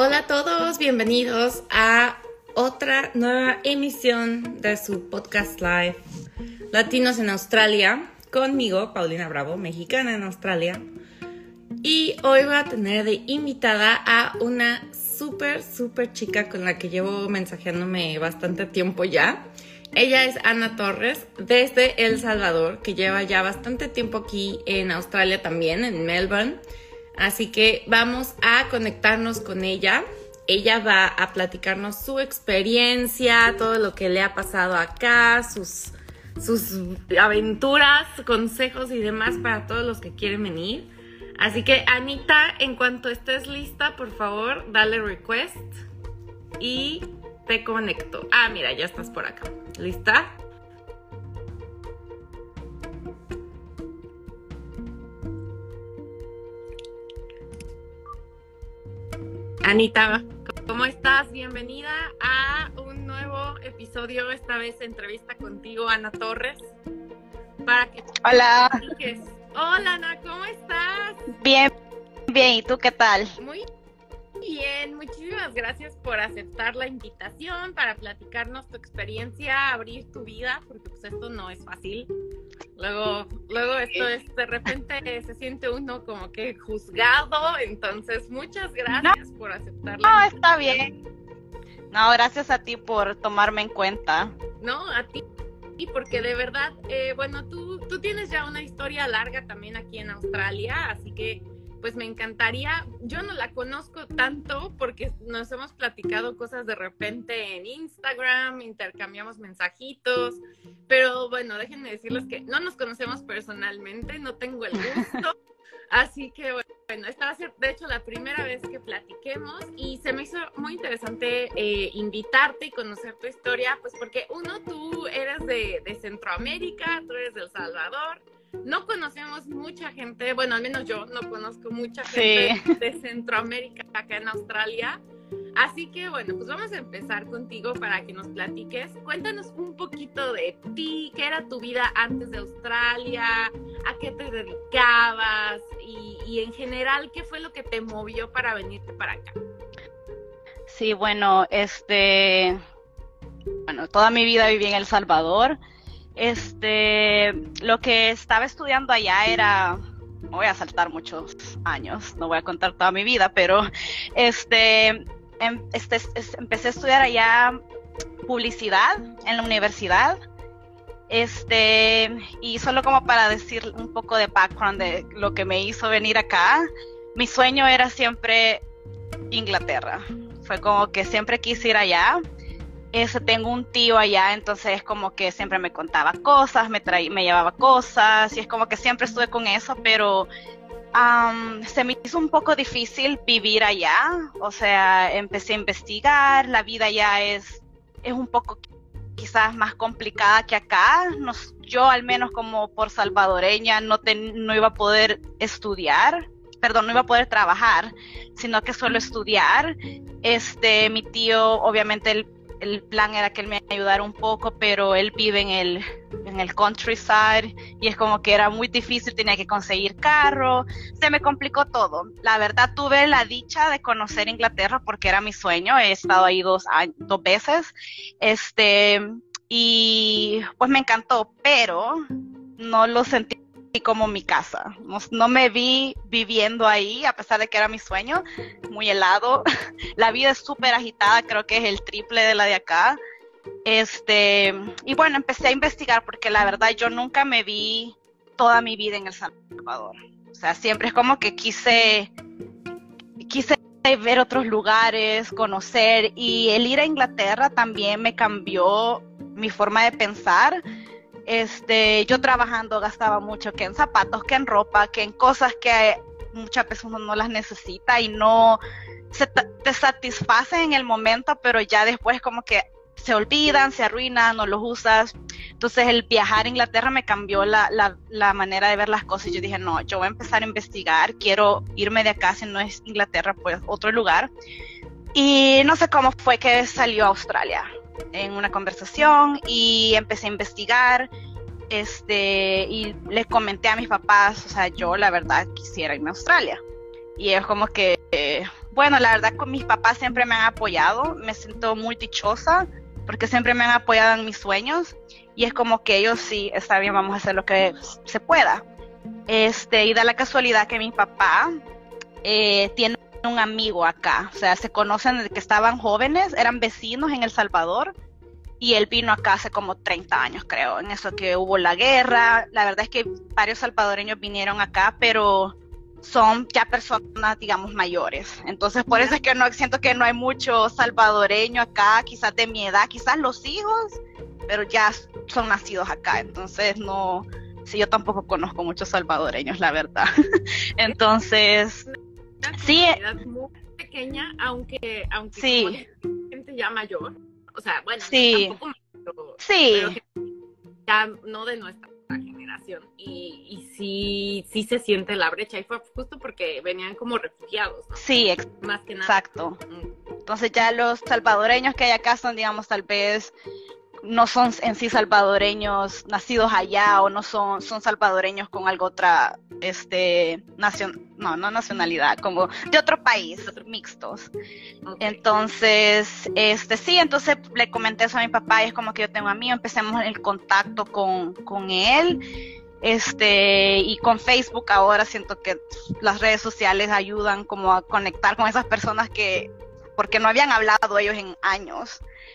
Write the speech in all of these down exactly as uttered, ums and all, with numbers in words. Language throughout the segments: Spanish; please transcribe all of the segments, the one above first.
Hola a todos, bienvenidos a otra nueva emisión de su podcast live Latinos en Australia, conmigo, Paulina Bravo, mexicana en Australia. Y hoy voy a tener de invitada a una súper, súper chica con la que llevo mensajeándome bastante tiempo ya. Ella es Ana Torres, desde El Salvador, que lleva ya bastante tiempo aquí en Australia también, en Melbourne. Así que vamos a conectarnos con ella. Ella va a platicarnos su experiencia, todo lo que le ha pasado acá, sus, sus aventuras, consejos y demás para todos los que quieren venir. Así que, Anita, en cuanto estés lista, por favor, dale request y te conecto. Ah, mira, ya estás por acá. ¿Lista? Anita, ¿cómo estás? Bienvenida a un nuevo episodio, esta vez entrevista contigo, Ana Torres. Para que Hola. Platiques. Hola, Ana, ¿cómo estás? Bien, bien, ¿y tú qué tal? Muy bien, muchísimas gracias por aceptar la invitación para platicarnos tu experiencia, abrir tu vida, porque pues esto no es fácil. Luego, luego esto es, de repente se siente uno como que juzgado, entonces muchas gracias no, por aceptarlo. No, está bien. No, gracias a ti por tomarme en cuenta. No, a ti, porque de verdad, eh, bueno, tú, tú tienes ya una historia larga también aquí en Australia, así que pues me encantaría, yo no la conozco tanto porque nos hemos platicado cosas de repente en Instagram, intercambiamos mensajitos, pero bueno, déjenme decirles que no nos conocemos personalmente, no tengo el gusto, así que bueno, esta va a ser de hecho la primera vez que platiquemos y se me hizo muy interesante eh, invitarte y conocer tu historia, pues porque uno, tú eres de, de Centroamérica, tú eres de El Salvador. No conocemos mucha gente, bueno, al menos yo no conozco mucha gente sí. de Centroamérica acá en Australia. Así que, bueno, pues vamos a empezar contigo para que nos platiques. Cuéntanos un poquito de ti, qué era tu vida antes de Australia, a qué te dedicabas y, y en general, qué fue lo que te movió para venirte para acá. Sí, bueno, este, bueno, toda mi vida viví en El Salvador. Este, lo que estaba estudiando allá era, no voy a saltar muchos años, no voy a contar toda mi vida, pero este, em, este es, empecé a estudiar allá publicidad en la universidad. Este, y solo como para decir un poco de background de lo que me hizo venir acá, mi sueño era siempre Inglaterra. Fue como que siempre quise ir allá. Ese, tengo un tío allá, entonces como que siempre me contaba cosas, me, traía, me llevaba cosas, y es como que siempre estuve con eso, pero um, se me hizo un poco difícil vivir allá, o sea, empecé a investigar, la vida allá es, es un poco quizás más complicada que acá. Nos, yo al menos como por salvadoreña no, ten, no iba a poder estudiar, perdón, no iba a poder trabajar, sino que solo estudiar. Este, mi tío, obviamente, el El plan era que él me ayudara un poco, pero él vive en el, en el countryside y es como que era muy difícil, tenía que conseguir carro, se me complicó todo. La verdad tuve la dicha de conocer Inglaterra porque era mi sueño, he estado ahí dos, dos veces, este, y pues me encantó, pero no lo sentí como mi casa, no, no me vi viviendo ahí a pesar de que era mi sueño, muy helado, la vida es súper agitada, creo que es el triple de la de acá, este, y bueno, empecé a investigar porque la verdad yo nunca me vi toda mi vida en El Salvador, o sea, siempre es como que quise, quise ver otros lugares, conocer, y el ir a Inglaterra también me cambió mi forma de pensar. Este, yo trabajando gastaba mucho que en zapatos, que en ropa, que en cosas que muchas veces uno no las necesita y no se te satisfacen en el momento, pero ya después como que se olvidan, se arruinan, no los usas. Entonces el viajar a Inglaterra me cambió la, la, la manera de ver las cosas y yo dije, no, yo voy a empezar a investigar, quiero irme de acá, si no es Inglaterra, pues otro lugar. Y no sé cómo fue que salió a Australia en una conversación y empecé a investigar, este, y les comenté a mis papás, o sea, yo la verdad quisiera irme a Australia. Y es como que, eh, bueno, la verdad con mis papás siempre me han apoyado, me siento muy dichosa porque siempre me han apoyado en mis sueños y es como que ellos sí, está bien, vamos a hacer lo que se pueda. Este, y da la casualidad que mi papá eh, tiene un amigo acá, o sea, se conocen desde que estaban jóvenes, eran vecinos en El Salvador y él vino acá hace como treinta años, creo, en eso que hubo la guerra. La verdad es que varios salvadoreños vinieron acá, pero son ya personas, digamos, mayores. Entonces, por eso es que no siento que no hay mucho salvadoreño acá, quizás de mi edad, quizás los hijos, pero ya son nacidos acá. Entonces, no, sí, yo tampoco conozco muchos salvadoreños, la verdad. Entonces, Una sí, comunidad muy pequeña, aunque, aunque sí, como gente ya mayor, o sea, bueno, sí, no, tampoco, pero, sí, pero ya no de nuestra generación y, y sí, sí se siente la brecha y fue justo porque venían como refugiados, ¿no? sí, ex- Más que nada. exacto. Mm. Entonces ya los salvadoreños que hay acá son, digamos, tal vez no son en sí salvadoreños nacidos allá o no son, son salvadoreños con algo otra, este, nacion, no, no nacionalidad, como de otro país, mixtos. Okay. Entonces, este, sí, entonces le comenté eso a mi papá y es como que yo tengo a mí, empecemos el contacto con, con él. Este, y con Facebook ahora siento que las redes sociales ayudan como a conectar con esas personas que, porque no habían hablado ellos en años.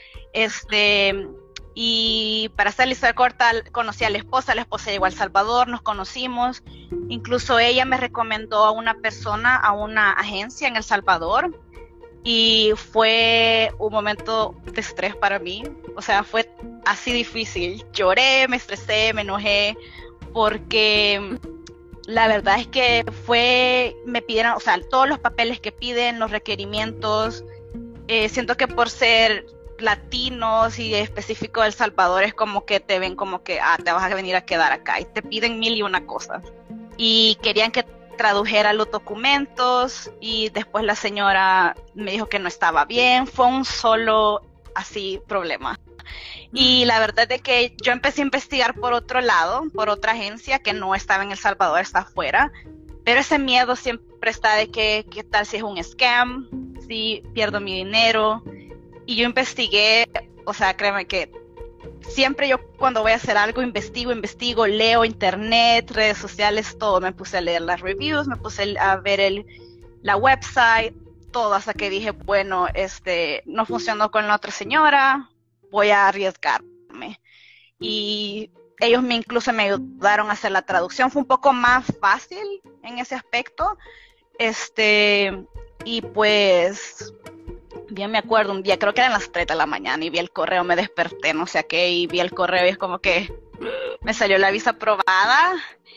Este, y para hacer la historia corta, conocí a la esposa, la esposa llegó a El Salvador, nos conocimos, incluso ella me recomendó a una persona, a una agencia en El Salvador, y fue un momento de estrés para mí, o sea, fue así difícil, lloré, me estresé, me enojé, porque la verdad es que fue, me pidieron, o sea, todos los papeles que piden, los requerimientos, eh, siento que por ser latinos y específico de El Salvador es como que te ven como que, ah, te vas a venir a quedar acá y te piden mil y una cosas. Y querían que tradujera los documentos y después la señora me dijo que no estaba bien, fue un solo así problema. Y la verdad es que yo empecé a investigar por otro lado, por otra agencia que no estaba en El Salvador, está afuera, pero ese miedo siempre está de que, ¿qué tal si es un scam? Si pierdo mi dinero. Y yo investigué, o sea, créeme que siempre yo cuando voy a hacer algo investigo, investigo, leo internet, redes sociales, todo. Me puse a leer las reviews, me puse a ver el, la website, todo, hasta que dije, bueno, este, no funcionó con la otra señora, voy a arriesgarme. Y ellos me incluso me ayudaron a hacer la traducción, fue un poco más fácil en ese aspecto. Este, y pues bien me acuerdo un día, creo que eran las tres de la mañana y vi el correo, me desperté, no sé a qué, y vi el correo y es como que me salió la visa aprobada.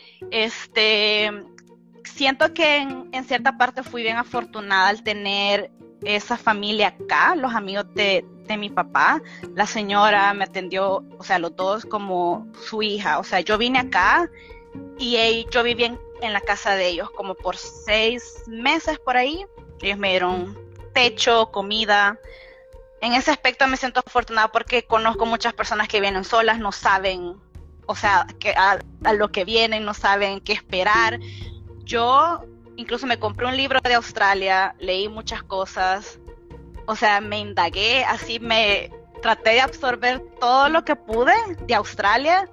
Este, siento que en, en cierta parte fui bien afortunada al tener esa familia acá, los amigos de, de mi papá. La señora me atendió, o sea, los dos como su hija, o sea, yo vine acá y ell- yo viví en, en la casa de ellos como por seis meses por ahí. Ellos me dieron techo, comida. En ese aspecto me siento afortunada porque conozco muchas personas que vienen solas, no saben, o sea, que a, a lo que vienen, no saben qué esperar. Yo incluso me compré un libro de Australia, leí muchas cosas, o sea, me indagué, así me traté de absorber todo lo que pude de Australia.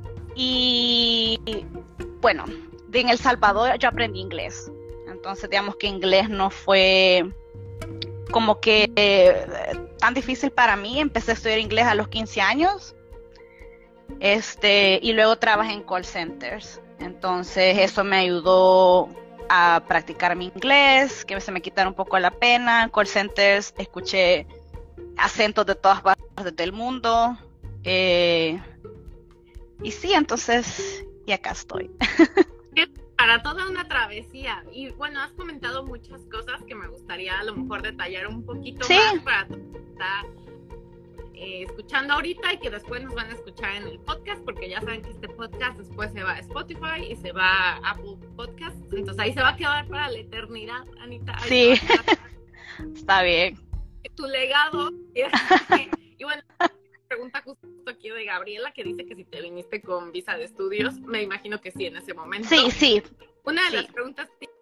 Y bueno, de en El Salvador yo aprendí inglés, entonces digamos que inglés no fue como que eh, tan difícil para mí. Empecé a estudiar inglés a los quince años, este, y luego trabajé en call centers, entonces eso me ayudó a practicar mi inglés, que se me quitara un poco la pena. En call centers escuché acentos de todas partes del mundo, eh, y sí, entonces, y acá estoy. Para toda una travesía. Y bueno, has comentado muchas cosas que me gustaría a lo mejor detallar un poquito Sí. más para todos los que está eh, escuchando ahorita y que después nos van a escuchar en el podcast, porque ya saben que este podcast después se va a Spotify y se va a Apple Podcasts, entonces ahí se va a quedar para la eternidad, Anita. Ahí Sí, se va a quedar está bien. tu legado. Y bueno, pregunta justo aquí de Gabriela, que dice que si te viniste con visa de estudios. Me imagino que sí, en ese momento. Sí, sí, Una de sí. las preguntas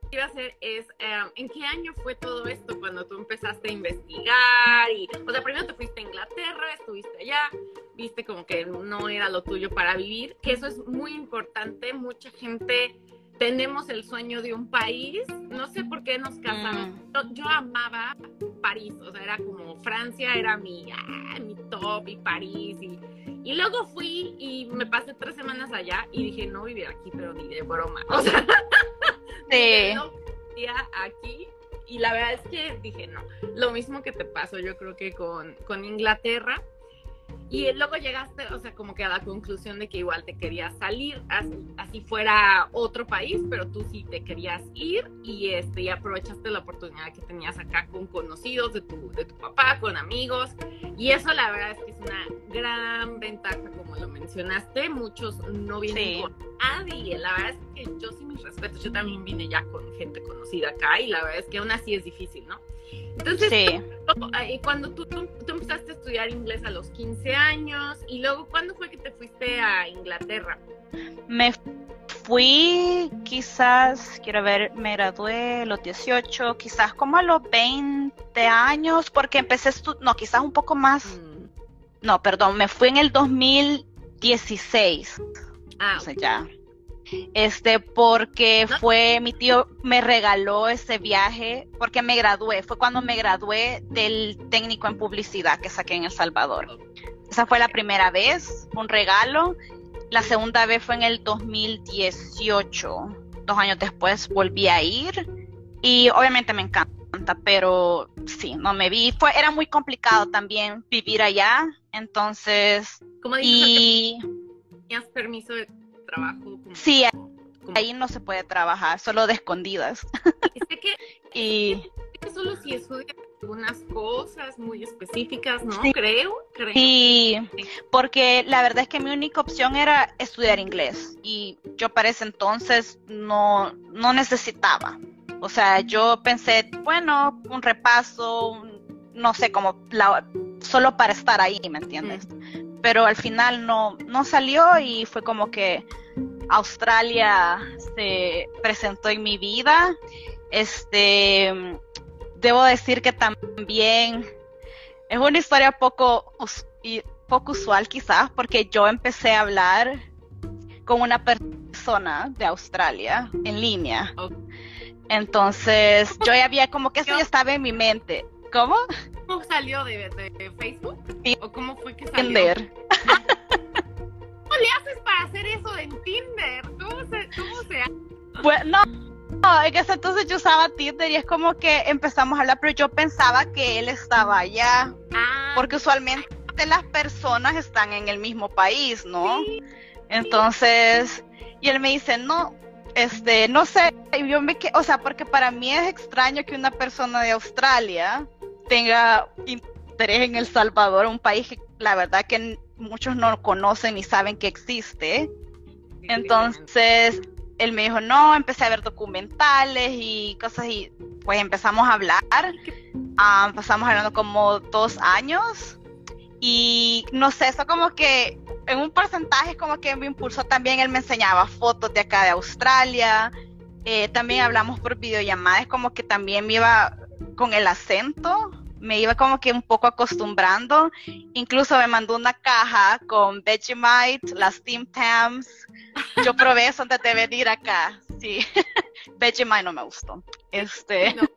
iba a hacer es, um, ¿en qué año fue todo esto cuando tú empezaste a investigar? Y, o sea, primero te fuiste a Inglaterra, estuviste allá, viste como que no era lo tuyo para vivir, que eso es muy importante. Mucha gente tenemos el sueño de un país, no sé por qué nos casamos. Mm. Yo, yo amaba París, o sea, era como Francia, era mi, ah, mi top, y París, y, y luego fui y me pasé tres semanas allá y dije, no vivir aquí, pero ni de broma, o sea, sí. no vivía aquí, y la verdad es que dije, no, lo mismo que te pasó, yo creo que con, con Inglaterra. Y luego llegaste, o sea, como que a la conclusión de que igual te querías salir, así, así fuera otro país, pero tú sí te querías ir, y este y aprovechaste la oportunidad que tenías acá con conocidos de tu, de tu papá, con amigos, y eso la verdad es que es una gran ventaja, como lo mencionaste. Muchos no vienen sí. con nadie, la verdad es que yo sí mis respetos, yo también vine ya con gente conocida acá, y la verdad es que aún así es difícil, ¿no? Entonces, sí. cuando tú, tú, tú empezaste a estudiar inglés a los quince años, y luego, ¿cuándo fue que te fuiste a Inglaterra? Me fui quizás, quiero ver, me gradué a los dieciocho, quizás como a los veinte años, porque empecé a estudiar, no, quizás un poco más, mm. no, perdón, me fui en el dos mil dieciséis, ah, o sea, ya. Este, porque ¿no? fue, mi tío me regaló ese viaje, porque me gradué, fue cuando me gradué del técnico en publicidad que saqué en El Salvador. Esa fue la primera vez, un regalo. La segunda vez fue en el dos mil dieciocho, dos años después volví a ir, y obviamente me encanta, pero sí, no me vi, fue, era muy complicado también vivir allá, entonces, ¿cómo y... ¿Tenías permiso de trabajo? Como, sí, como... ahí no se puede trabajar, solo de escondidas. Sé que, y sé que solo si estudias algunas cosas muy específicas, ¿no? Sí. Creo, creo. Sí, porque la verdad es que mi única opción era estudiar inglés, y yo para ese entonces no, no necesitaba. O sea, yo pensé, bueno, un repaso, un, no sé, como la, solo para estar ahí, ¿me entiendes? Mm. Pero al final no, no salió, y fue como que Australia se presentó en mi vida. Este, debo decir que también es una historia poco, poco usual quizás, porque yo empecé a hablar con una persona de Australia en línea. Entonces yo ya había como que eso ya estaba en mi mente. ¿Cómo? ¿Cómo salió de, de Facebook? Sí. ¿O cómo fue que salió? Tinder. ¿Cómo le haces para hacer eso en Tinder? ¿Cómo se, cómo se hace? Bueno, no, en ese entonces yo usaba Tinder, y es como que empezamos a hablar, pero yo pensaba que él estaba allá, ah. porque usualmente las personas están en el mismo país, ¿no? Sí. Entonces, y él me dice, no, este, no sé, yo me que, o sea, porque para mí es extraño que una persona de Australia tenga interés en El Salvador, un país que la verdad que muchos no conocen ni saben que existe. Entonces él me dijo, no, empecé a ver documentales y cosas, y pues empezamos a hablar, um, pasamos hablando como dos años, y no sé, eso como que en un porcentaje como que me impulsó también. Él me enseñaba fotos de acá de Australia, eh, también hablamos por videollamadas, como que también me iba con el acento, me iba como que un poco acostumbrando. Incluso me mandó una caja con Vegemite, las Tim Tams. Yo probé eso antes de venir acá. Sí, Vegemite no me gustó. Este, no.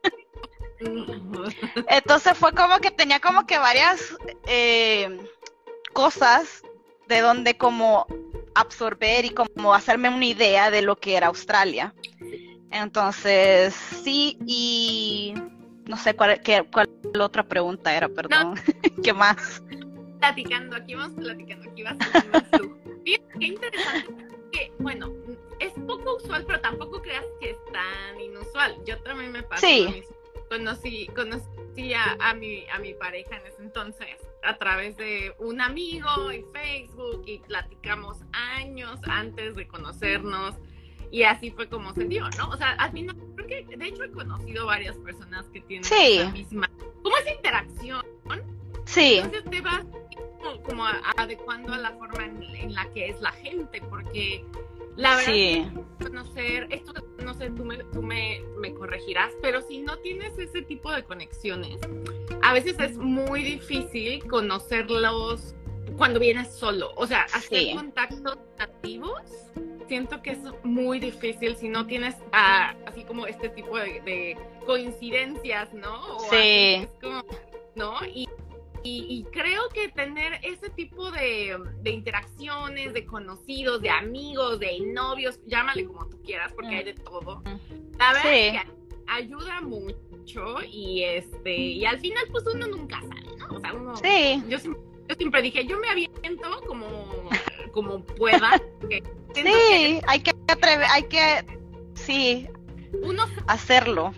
Entonces fue como que tenía como que varias eh, cosas de donde como absorber y como hacerme una idea de lo que era Australia. Entonces sí, y no sé cuál, qué, cuál otra pregunta era, perdón. No. ¿Qué más? Platicando, aquí vamos platicando, aquí vas a tú. Qué interesante, que bueno, es poco usual, pero tampoco creas que es tan inusual. Yo también me pasó. Sí. Conocí, conocí a, a, mi, a mi pareja en ese entonces a través de un amigo en Facebook, y platicamos años antes de conocernos, y así fue como se dio, ¿no? O sea, al final, creo que de hecho he conocido varias personas que tienen sí. la misma, como esa interacción. Sí. Entonces te vas como, como a, adecuando a la forma en, en la que es la gente, porque La verdad, Sí. conocer, esto no sé, tú, me, tú me, me corregirás, pero si no tienes ese tipo de conexiones, a veces es muy difícil conocerlos cuando vienes solo. O sea, hacer Sí. contactos nativos, siento que es muy difícil si no tienes uh, así como este tipo de, de coincidencias, ¿no? O Sí. así, es como, ¿no? Y Y, y creo que tener ese tipo de, de interacciones, de conocidos, de amigos, de novios, llámale como tú quieras, porque mm. hay de todo, la verdad sí. es que ayuda mucho y este y al final pues uno nunca sabe, ¿no? O sea, uno, sí. yo, yo siempre dije, yo me aviento como, como pueda. Sí, que hay que atrever, hay que, sí, uno hacerlo.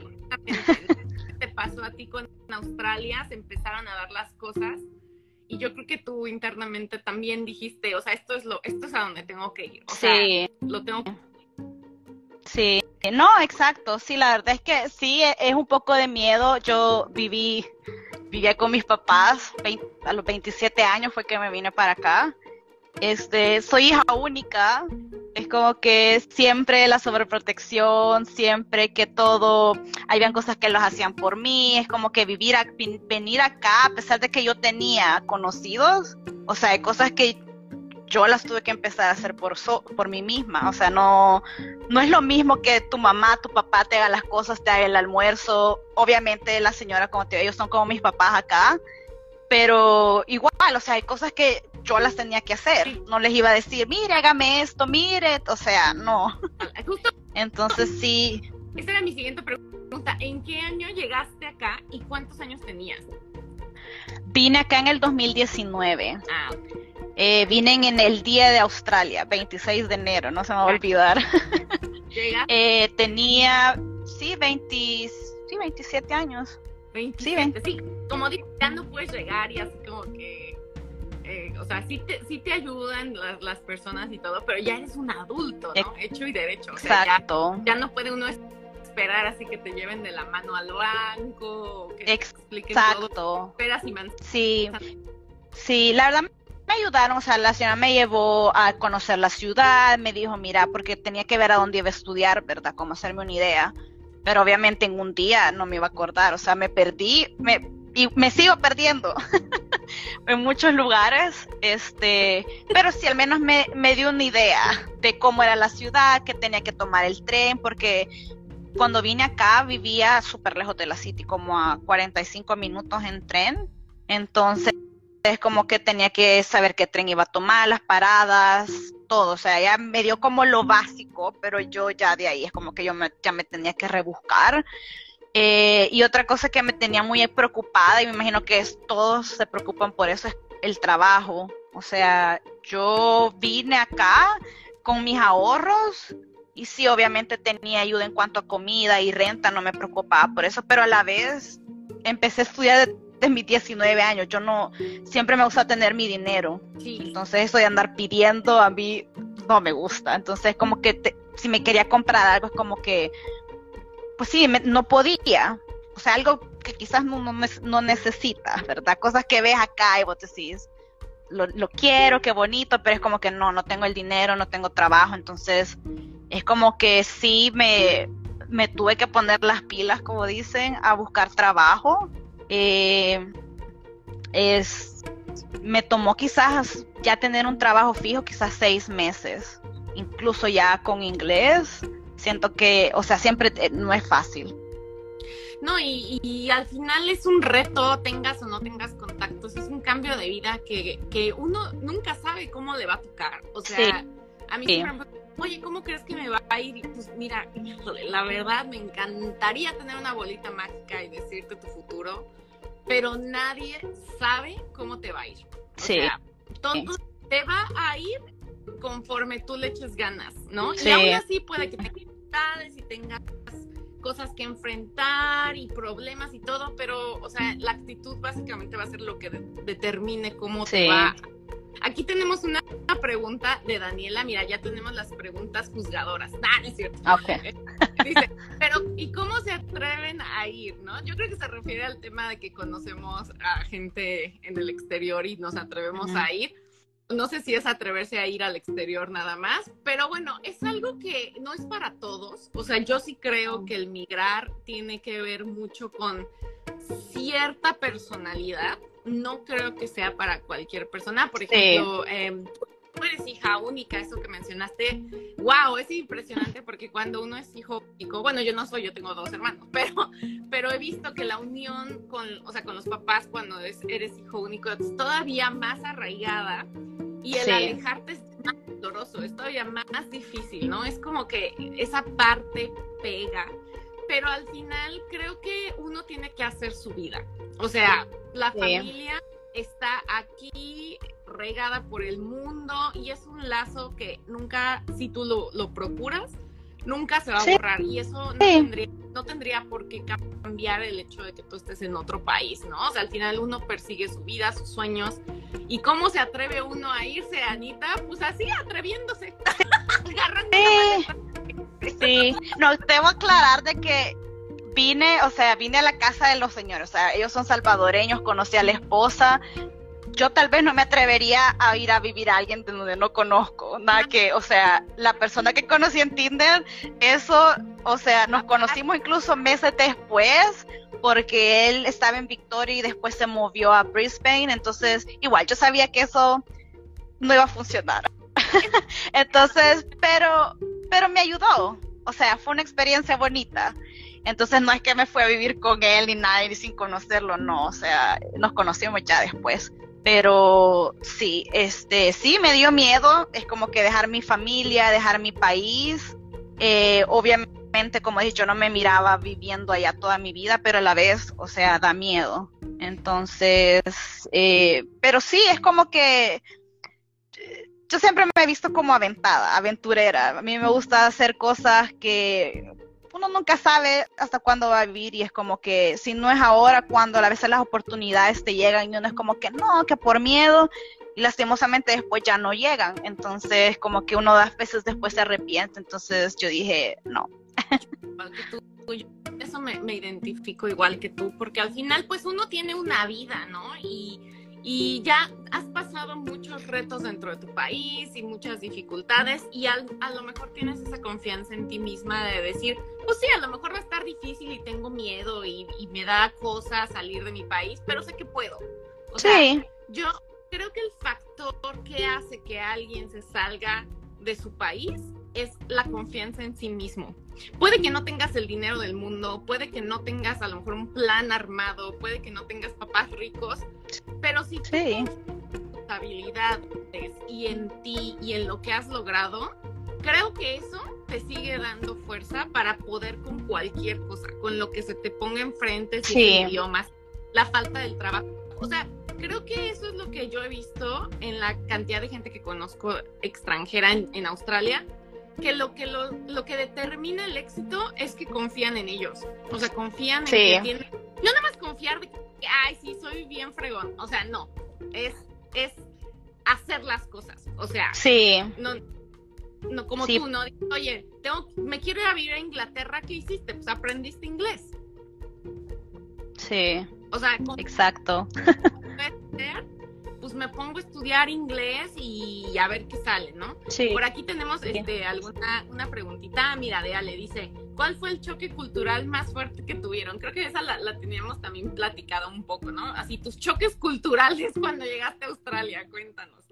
Te pasó a ti con Australia, se empezaron a dar las cosas y yo creo que tú internamente también dijiste, o sea, esto es lo, esto es a donde tengo que ir, o sí. sea, lo tengo que... Sí, no, exacto, sí, la verdad es que sí, es un poco de miedo. Yo viví, vivía con mis papás, veinte, a los veintisiete años fue que me vine para acá. Este, soy hija única, es como que siempre la sobreprotección, siempre que todo, habían cosas que los hacían por mí, es como que vivir, a, venir acá, a pesar de que yo tenía conocidos, o sea, hay cosas que yo las tuve que empezar a hacer por, so, por mí misma, o sea, no, no es lo mismo que tu mamá, tu papá te haga las cosas, te haga el almuerzo, obviamente la señora, como te digo, ellos son como mis papás acá, pero igual, o sea, hay cosas que yo las tenía que hacer, sí. No les iba a decir, mire, hágame esto, mire, o sea, no. Justo, entonces sí. Esa era mi siguiente pregunta, ¿en qué año llegaste acá y cuántos años tenías? Vine acá en el dos mil diecinueve. Ah, ok. Eh, vine en el día de Australia, veintiséis de enero, no se me va a olvidar. eh, tenía, sí, veinte, sí, veintisiete años. veintisiete, sí, sí, como digo, ya no puedes llegar y así como que, eh, o sea, sí te, sí te ayudan las, las personas y todo, pero ya eres un adulto, ¿no? Hecho y derecho. O sea, exacto. Ya, ya no puede uno esperar así que te lleven de la mano al banco, que te expliquen exacto. todo. Esperas y man- sí, sí, la verdad me ayudaron, o sea, la señora me llevó a conocer la ciudad, me dijo, mira, porque tenía que ver a dónde iba a estudiar, ¿verdad? Como hacerme una idea. Pero obviamente en un día no me iba a acordar, o sea, me perdí, me, y me sigo perdiendo en muchos lugares, este, pero sí al menos me, me dio una idea de cómo era la ciudad, que tenía que tomar el tren, porque cuando vine acá vivía súper lejos de la city, como a cuarenta y cinco minutos en tren, entonces es como que tenía que saber qué tren iba a tomar, las paradas, todo, o sea, ya me dio como lo básico, pero yo ya de ahí es como que yo me, ya me tenía que rebuscar. Eh, y otra cosa que me tenía muy preocupada, y me imagino que es, todos se preocupan por eso, es el trabajo. O sea, yo vine acá con mis ahorros y sí, obviamente tenía ayuda en cuanto a comida y renta, no me preocupaba por eso, pero a la vez empecé a estudiar de de mis diecinueve años, yo no, siempre me gusta tener mi dinero, sí. Entonces eso de andar pidiendo a mí no me gusta, entonces como que te, si me quería comprar algo es como que, pues sí, me, no podía, o sea, algo que quizás no, no, no necesitas, ¿verdad? Cosas que ves acá y vos decís, lo, lo quiero, qué bonito, pero es como que no, no tengo el dinero, no tengo trabajo, entonces es como que sí me, me tuve que poner las pilas, como dicen, a buscar trabajo. Eh, es, me tomó quizás ya tener un trabajo fijo, quizás seis meses, incluso ya con inglés, siento que, o sea, siempre eh, no es fácil. No, y, y al final es un reto, tengas o no tengas contactos, es un cambio de vida que, que uno nunca sabe cómo le va a tocar, o sea, sí. A mí sí. siempre me... Oye, ¿cómo crees que me va a ir? Y pues mira, la verdad me encantaría tener una bolita mágica y decirte tu futuro, pero nadie sabe cómo te va a ir. O sí. sea, todo sí. te va a ir conforme tú le eches ganas, ¿no? Sí. Y aún así puede que tengas dificultades y tengas cosas que enfrentar y problemas y todo, pero, o sea, la actitud básicamente va a ser lo que de- determine cómo sí. te va. Aquí tenemos una, una pregunta de Daniela. Mira, ya tenemos las preguntas juzgadoras. Ah, no es cierto. Okay. Dice, pero ¿y cómo se atreven a ir, no? Yo creo que se refiere al tema de que conocemos a gente en el exterior y nos atrevemos uh-huh. a ir. no sé si es atreverse a ir al exterior nada más, pero bueno, es algo que no es para todos. O sea, yo sí creo que el migrar tiene que ver mucho con cierta personalidad. No creo que sea para cualquier persona. Por ejemplo, sí. eh, tú eres hija única, eso que mencionaste. Wow, es impresionante porque cuando uno es hijo único, bueno, yo no soy, yo tengo dos hermanos, pero, pero he visto que la unión con, o sea, con los papás cuando es, eres hijo único es todavía más arraigada y el sí. alejarte es más doloroso, es todavía más difícil, ¿no? Es como que esa parte pega, pero al final creo que uno tiene que hacer su vida. O sea, la sí. familia está aquí regada por el mundo y es un lazo que nunca, si tú lo, lo procuras, nunca se va a sí. borrar y eso no, sí. tendría, no tendría por qué cambiar el hecho de que tú estés en otro país, ¿no? O sea, al final uno persigue su vida, sus sueños y cómo se atreve uno a irse, Anita, pues así, atreviéndose, agarrando sí. sí, no, debo aclarar de que vine, o sea, vine a la casa de los señores, o sea, ellos son salvadoreños, conocí a la esposa. Yo tal vez no me atrevería a ir a vivir a alguien de donde no conozco, nada que, o sea, la persona que conocí en Tinder, eso, o sea, nos conocimos incluso meses después, porque él estaba en Victoria y después se movió a Brisbane, entonces, igual, yo sabía que eso no iba a funcionar. Entonces, pero, pero me ayudó, o sea, fue una experiencia bonita. Entonces no es que me fui a vivir con él ni nada y sin conocerlo, no, o sea, nos conocimos ya después. Pero sí, este, sí me dio miedo, es como que dejar mi familia, dejar mi país. Eh, obviamente, como dije, yo no me miraba viviendo allá toda mi vida, pero a la vez, o sea, da miedo. Entonces, eh, pero sí, es como que yo siempre me he visto como aventada, aventurera. A mí me gusta hacer cosas que uno nunca sabe hasta cuándo va a vivir y es como que si no es ahora, cuando a veces las oportunidades te llegan y uno es como que no, que por miedo y lastimosamente después ya no llegan. Entonces como que uno das veces después se arrepiente. Entonces yo dije no. Eso me, me identifico igual que tú, porque al final pues uno tiene una vida, ¿no? Y Y ya has pasado muchos retos dentro de tu país y muchas dificultades y al, a lo mejor tienes esa confianza en ti misma de decir, pues sí, a lo mejor va a estar difícil y tengo miedo y, y me da cosa salir de mi país, pero sé que puedo. O sí. sea, yo creo que el factor que hace que alguien se salga de su país es la confianza en sí mismo. Puede que no tengas el dinero del mundo, puede que no tengas a lo mejor un plan armado, puede que no tengas papás ricos, pero si sí. tú tus habilidades y en ti y en lo que has logrado, creo que eso te sigue dando fuerza para poder con cualquier cosa, con lo que se te ponga enfrente, si sí. idiomas, la falta del trabajo. O sea, creo que eso es lo que yo he visto en la cantidad de gente que conozco extranjera en, en Australia, que lo que lo, lo que determina el éxito es que confían en ellos. O sea, confían en sí. que tienen... No nada más confiar de que, ay, sí, soy bien fregón. O sea, no. Es, es hacer las cosas. O sea, sí. no, no como sí. tú, ¿no? Oye, tengo, me quiero ir a vivir a Inglaterra, ¿qué hiciste? Pues aprendiste inglés. Sí. O sea, exacto. Pues me pongo a estudiar inglés y a ver qué sale, ¿no? Sí. Por aquí tenemos sí. este, alguna una preguntita. Mira, de Ale, dice, ¿cuál fue el choque cultural más fuerte que tuvieron? Creo que esa la, la teníamos también platicado un poco, ¿no? Así, tus choques culturales cuando llegaste a Australia, cuéntanos.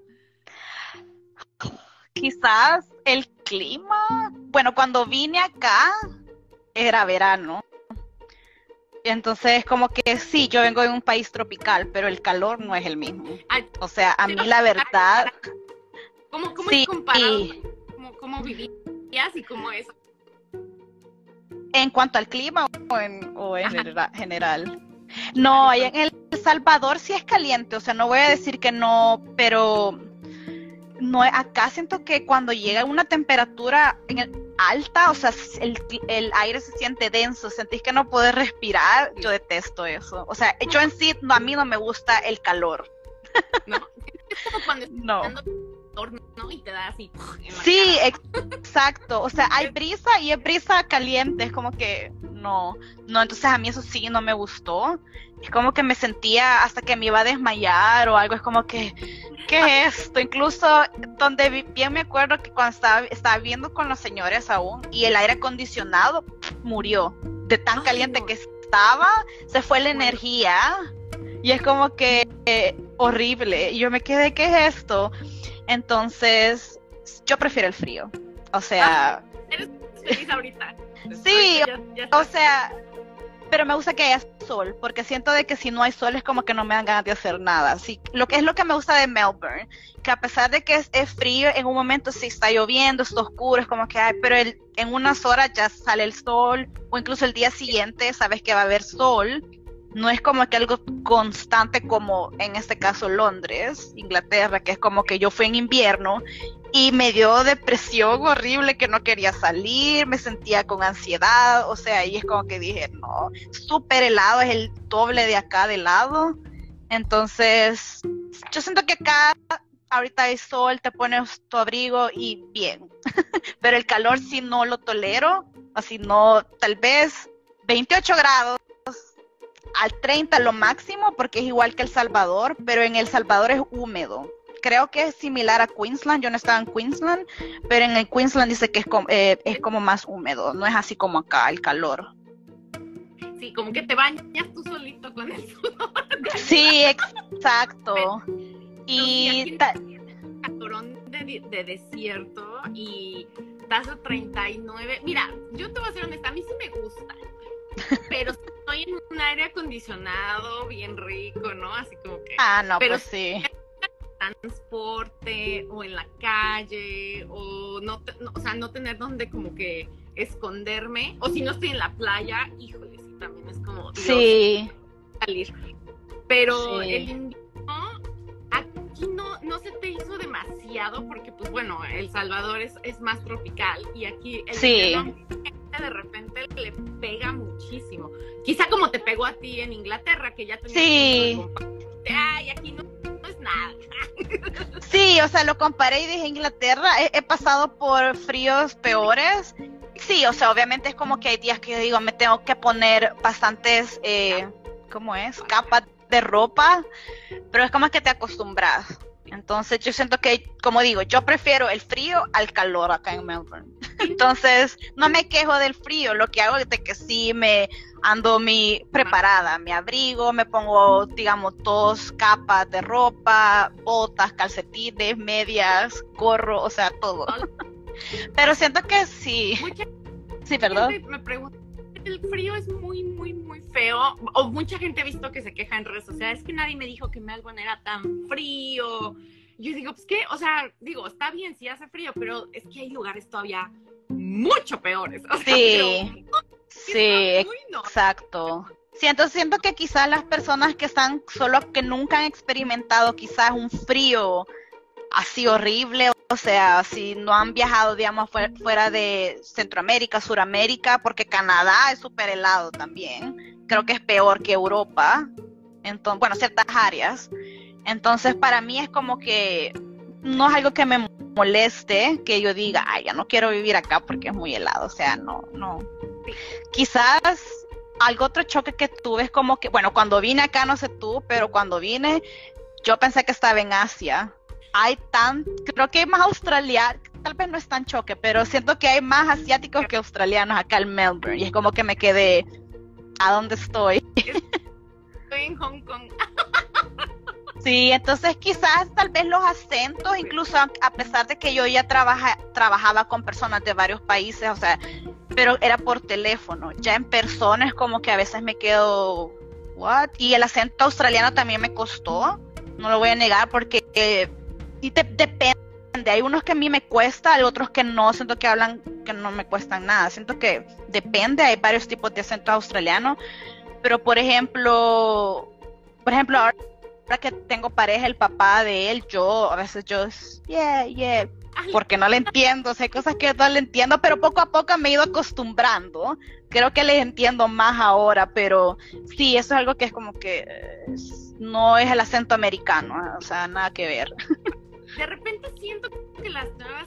Quizás el clima. Bueno, cuando vine acá era verano. Entonces, como que sí, yo vengo de un país tropical, pero el calor no es el mismo. Ay, o sea, a mí la verdad... ¿Cómo, cómo sí, es comparado? ¿Cómo, cómo vivías y cómo es? ¿En cuanto al clima o en, o en general? No, allá en El Salvador sí es caliente, o sea, no voy a decir que no, pero... no, acá siento que cuando llega una temperatura en el, alta, o sea, el, el aire se siente denso, sentís que no puedes respirar, yo detesto eso. O sea, yo en sí, no, a mí no me gusta el calor. No, es como cuando estás no. dando horno, ¿no? Y te da así. Sí, cara. Exacto. O sea, hay brisa y es brisa caliente, es como que no, no, entonces a mí eso sí no me gustó. Es como que me sentía hasta que me iba a desmayar o algo, es como que, ¿qué es esto? Incluso donde vi- bien me acuerdo que cuando estaba, estaba viviendo con los señores aún y el aire acondicionado murió de tan Ay, caliente no. que estaba, se fue la Bueno. energía y es como que eh, horrible. Y yo me quedé, ¿qué es esto? Entonces, yo prefiero el frío. O sea, Eres feliz ahorita. Sí, Ahorita ya- ya o estás- sea, pero me gusta que haya sol, porque siento de que si no hay sol es como que no me dan ganas de hacer nada. Sí, lo que es lo que me gusta de Melbourne, que a pesar de que es, es frío, en un momento sí está lloviendo, está oscuro, es como que hay, pero el- en unas horas ya sale el sol, o incluso el día siguiente sabes que va a haber sol. No es como que algo constante como en este caso Londres, Inglaterra, que es como que yo fui en invierno y me dio depresión horrible que no quería salir, me sentía con ansiedad, o sea, y es como que dije, no, súper helado, es el doble de acá de helado. Entonces, yo siento que acá ahorita hay sol, te pones tu abrigo y bien, pero el calor sí no lo tolero, así no, tal vez veintiocho grados al treinta lo máximo, porque es igual que El Salvador, pero en El Salvador es húmedo. Creo que es similar a Queensland, yo no estaba en Queensland, pero en el Queensland dice que es como, eh, es como más húmedo, no es así como acá el calor. Sí, como que te bañas tú solito con el sudor. Sí, exacto. Sí, Y aquí ta- calorón de, de desierto y estás a treinta y nueve. Mira, yo te voy a ser honesta, a mí sí me gusta, pero estoy en un aire acondicionado bien rico, ¿no? Así como que ah, no, pero pues sí. transporte o en la calle o no, te- no, o sea, no tener donde como que esconderme, o si no estoy en la playa, híjole, sí, también es como Dios, Sí, salir. Pero sí. el invierno aquí no, no se te hizo demasiado porque pues bueno, El Salvador es, es más tropical y aquí el Sí. invierno de repente le pega muchísimo. Quizá como te pegó a ti en Inglaterra, que ya tenías Sí. punto de comparación. Ay, aquí no, no es nada. Sí, o sea, lo comparé y dije Inglaterra, he, he pasado por fríos peores. Sí, o sea, obviamente es como que hay días que yo digo, me tengo que poner bastantes, eh, ¿cómo es? Capas de ropa, pero es como que te acostumbras. Entonces yo siento que, como digo, yo prefiero el frío al calor acá en Melbourne. Entonces no me quejo del frío, lo que hago es de que sí me ando mi preparada, me abrigo, me pongo, digamos, dos capas de ropa, botas, calcetines, medias, gorro, o sea, todo. Pero siento que sí. Mucha Sí, perdón. gente me pregunta, el frío es muy, muy, muy feo, o mucha gente ha visto que se queja en redes sociales, es que nadie me dijo que Melbourne era tan frío. Yo digo, pues qué, o sea, digo, está bien si hace frío, pero es que hay lugares todavía mucho peores. O sea, Sí, pero, sí, muy no. exacto. Siento, siento que quizás las personas que están solo, que nunca han experimentado quizás un frío así horrible, o sea, si no han viajado, digamos, fuera, fuera de Centroamérica, Suramérica, porque Canadá es súper helado también, creo que es peor que Europa, entonces, bueno, ciertas áreas, entonces para mí es como que no es algo que me moleste, que yo diga, ay, ya no quiero vivir acá porque es muy helado, o sea, no, no, quizás algo otro choque que tuve es como que, bueno, cuando vine acá, no sé tú, pero cuando vine, yo pensé que estaba en Asia. Hay tan, creo que hay más australianos, tal vez no es tan choque, pero siento que hay más asiáticos que australianos acá en Melbourne. Y es como que me quedé, ¿a dónde estoy? Estoy en Hong Kong. Sí, entonces quizás tal vez los acentos, incluso a, a pesar de que yo ya trabaja, trabajaba con personas de varios países, o sea, pero era por teléfono. Ya en persona es como que a veces me quedo, ¿what? Y el acento australiano también me costó, no lo voy a negar, porque eh, y te, depende. Hay unos que a mí me cuesta, hay otros que no, siento que hablan que no me cuestan nada. Siento que depende, hay varios tipos de acentos australianos, pero por ejemplo, por ejemplo, ahora que tengo pareja, el papá de él, yo a veces yo, yeah, yeah, porque no le entiendo, o sea, hay cosas que no le entiendo, pero poco a poco me he ido acostumbrando. Creo que les entiendo más ahora, pero sí, eso es algo que es como que eh, no es el acento americano, o sea, nada que ver. De repente siento que las nuevas generaciones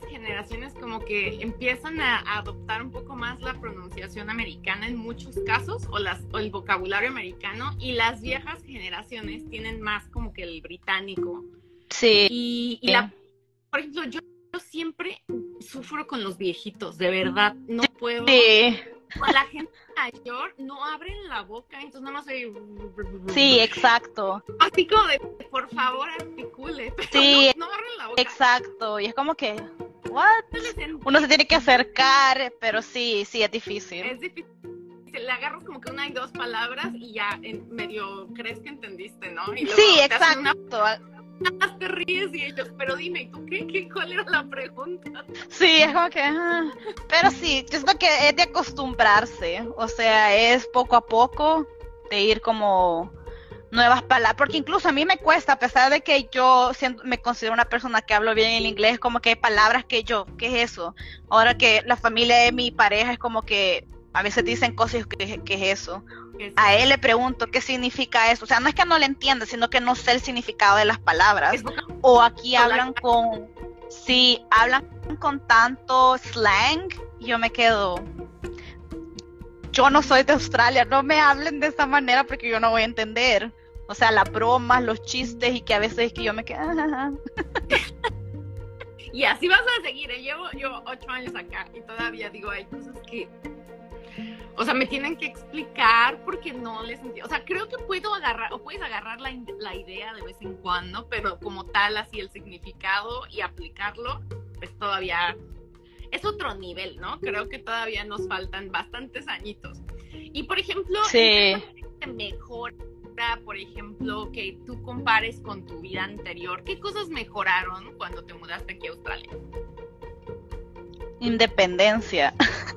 generaciones como que empiezan a, a adoptar un poco más la pronunciación americana en muchos casos, o, las, o el vocabulario americano, y las viejas generaciones tienen más como que el británico. Sí. Y, y la, por ejemplo, yo, yo siempre sufro con los viejitos, de verdad, no puedo. Sí. Con la gente mayor no abren la boca, entonces nada más soy... Sí, exacto. Así como de, por favor, articule, pero sí, no, no abren la boca. Exacto, y es como que, ¿what? Uno se tiene que acercar, pero sí, sí, es difícil. Es difícil. Le agarras como que una y dos palabras y ya en medio crees que entendiste, ¿no? Y luego sí, te exacto. Una... Más te ríes y ellos, pero dime, ¿tú qué, qué? ¿Cuál era la pregunta? Sí, es como que... Uh, pero sí, yo siento que es de acostumbrarse, o sea, es poco a poco de ir como nuevas palabras, porque incluso a mí me cuesta, a pesar de que yo siento, me considero una persona que hablo bien el inglés, como que hay palabras que yo, ¿qué es eso? Ahora que la familia de mi pareja es como que a veces dicen cosas que, que es eso. A él le pregunto qué significa eso. O sea, no es que no le entienda, sino que no sé el significado de las palabras. O aquí hablan con... Sí, hablan con tanto slang. Yo me quedo... Yo no soy de Australia, no me hablen de esa manera porque yo no voy a entender. O sea, las bromas, los chistes y que a veces que yo me quedo... Y así vas a seguir. ¿eh? Llevo yo ocho años acá y todavía digo, hay cosas que... O sea, me tienen que explicar porque no les entiendo. O sea, creo que puedo agarrar, o puedes agarrar la, la idea de vez en cuando, pero como tal, así el significado y aplicarlo, pues todavía es otro nivel, ¿no? Creo que todavía nos faltan bastantes añitos. Y, por ejemplo, sí. mejora, por ejemplo, que tú compares con tu vida anterior. ¿Qué cosas mejoraron cuando te mudaste aquí a Australia? Independencia.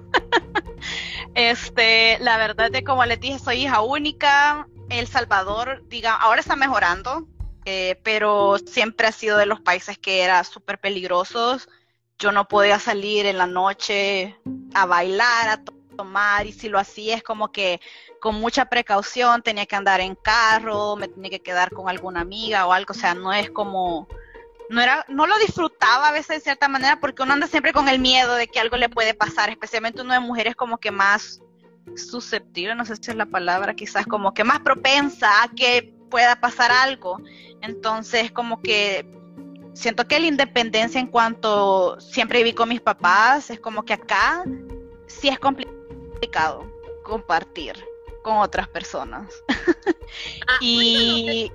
Este, la verdad es que como les dije, soy hija única. El Salvador, diga, ahora está mejorando, eh, pero siempre ha sido de los países que era súper peligrosos. Yo no podía salir en la noche a bailar, a to- tomar, y si lo hacía es como que con mucha precaución, tenía que andar en carro, me tenía que quedar con alguna amiga o algo, o sea, no es como... No era, no lo disfrutaba a veces de cierta manera porque uno anda siempre con el miedo de que algo le puede pasar, especialmente uno de mujeres como que más susceptible, no sé si es la palabra, quizás como que más propensa a que pueda pasar algo. Entonces como que siento que la independencia en cuanto siempre viví con mis papás, es como que acá sí es complicado compartir con otras personas. Ah, y...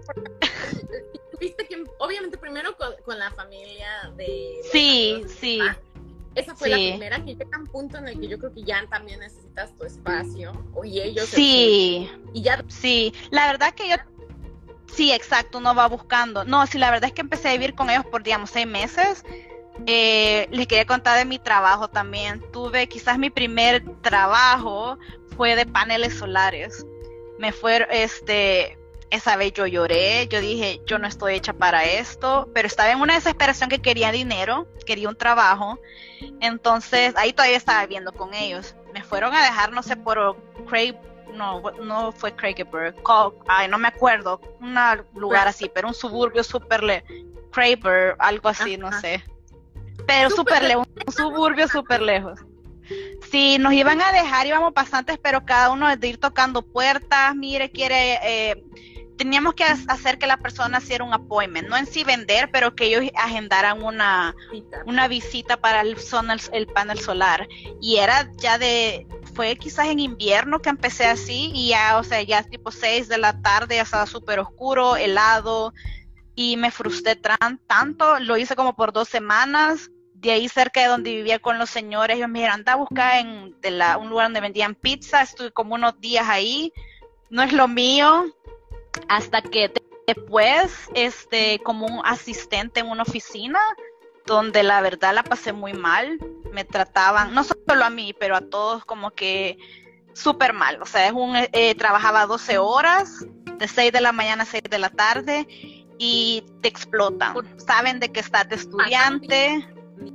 Viste que obviamente primero con, con la familia de... Sí, sí. Ah, esa fue sí. la primera, que llega un punto en el que yo creo que ya también necesitas tu espacio, y ellos... Sí, y ya... sí, la verdad que yo... Sí, exacto, uno va buscando. No, sí, la verdad es que empecé a vivir con ellos por, digamos, seis meses. Eh, les quería contar de mi trabajo también. Tuve, quizás mi primer trabajo fue de paneles solares. Me fue, este... Esa vez yo lloré, yo dije, yo no estoy hecha para esto, pero estaba en una desesperación que quería dinero, quería un trabajo, entonces ahí todavía estaba viviendo con ellos. Me fueron a dejar, no sé, por Craig, no, no fue Craigieburg, ay, no me acuerdo, un lugar así, pero un suburbio súper lejos, Craigieburg, algo así, no sé, pero súper lejos, un suburbio súper lejos. Sí, nos iban a dejar, íbamos bastantes, pero cada uno de ir tocando puertas, mire, quiere... Eh, teníamos que hacer que la persona hiciera un appointment, no en sí vender, pero que ellos agendaran una, una visita para el, zona, el panel solar. Y era ya de, fue quizás en invierno que empecé así, y ya, o sea, ya tipo seis de la tarde, ya estaba súper oscuro, helado, y me frustré tan, tanto, lo hice como por dos semanas. De ahí cerca de donde vivía con los señores, ellos me dijeron, anda a buscar en de la, un lugar donde vendían pizza, estuve como unos días ahí, no es lo mío, hasta que te, después, este, como un asistente en una oficina, donde la verdad la pasé muy mal, me trataban, no solo a mí, pero a todos como que súper mal, o sea, es un, eh, trabajaba doce horas, de seis de la mañana a seis de la tarde, y te explotan, saben de que estás de estudiante.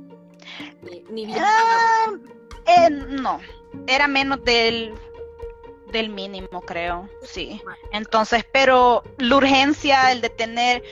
Ni, ni bien ah, eh, no, era menos del del mínimo, creo, sí. Entonces, pero la urgencia, el de tener,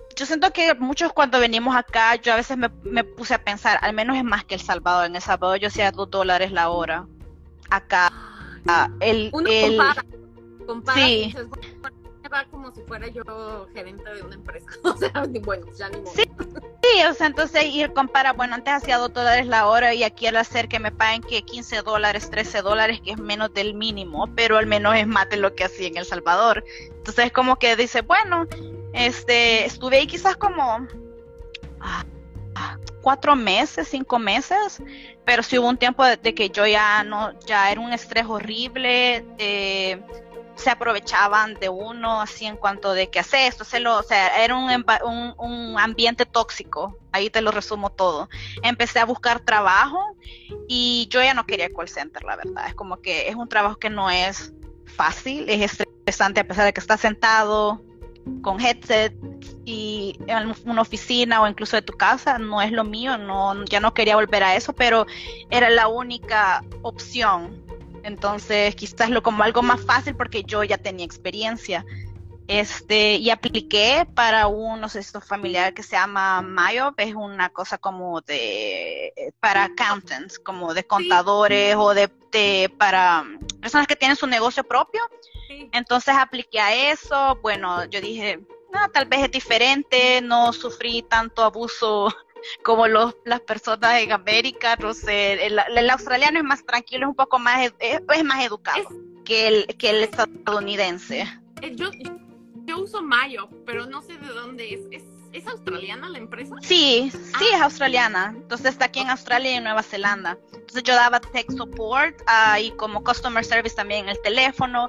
yo siento que muchos cuando venimos acá, yo a veces me, me puse a pensar, al menos es más que El Salvador. En El Salvador yo hacía dos dólares la hora. Acá, ah, el, Uno el, compara, compara y sí. dices, bueno, me va como si fuera yo gerente de una empresa. O sea, bueno, ya ni modo. Sí. Sí, o sea, entonces ir compara, bueno, antes hacía dos dólares la hora y aquí al hacer que me paguen que quince dólares, trece dólares, que es menos del mínimo, pero al menos es más de lo que hacía en El Salvador. Entonces es como que dice, bueno, este, estuve ahí quizás como ah, ah, cuatro meses, cinco meses, pero sí hubo un tiempo de, de que yo ya no, ya era un estrés horrible, eh, se aprovechaban de uno así en cuanto de que hace esto, se lo, o sea, era un, un, un ambiente tóxico, ahí te lo resumo todo. Empecé a buscar trabajo y yo ya no quería call center, la verdad, es como que es un trabajo que no es fácil, es estresante a pesar de que estás sentado con headset y en una oficina o incluso de tu casa, no es lo mío, no, ya no quería volver a eso, pero era la única opción. Entonces quizás lo como algo más fácil porque yo ya tenía experiencia. Este, y apliqué para un, no sé, esto familiar que se llama Mayo, es una cosa como de, para accountants, como de contadores, sí, o de, de, para personas que tienen su negocio propio. Sí. Entonces apliqué a eso, bueno, yo dije, no, tal vez es diferente, no sufrí tanto abuso como los, las personas en América, no sé, el, el australiano es más tranquilo, es un poco más, es, es más educado es, que, el, que el estadounidense. Yo, yo uso Mayo, pero no sé de dónde es. ¿Es, ¿es australiana la empresa? Sí, sí, ah. es australiana. Entonces está aquí en Australia y en Nueva Zelanda. Entonces yo daba tech support uh, y como customer service también en el teléfono,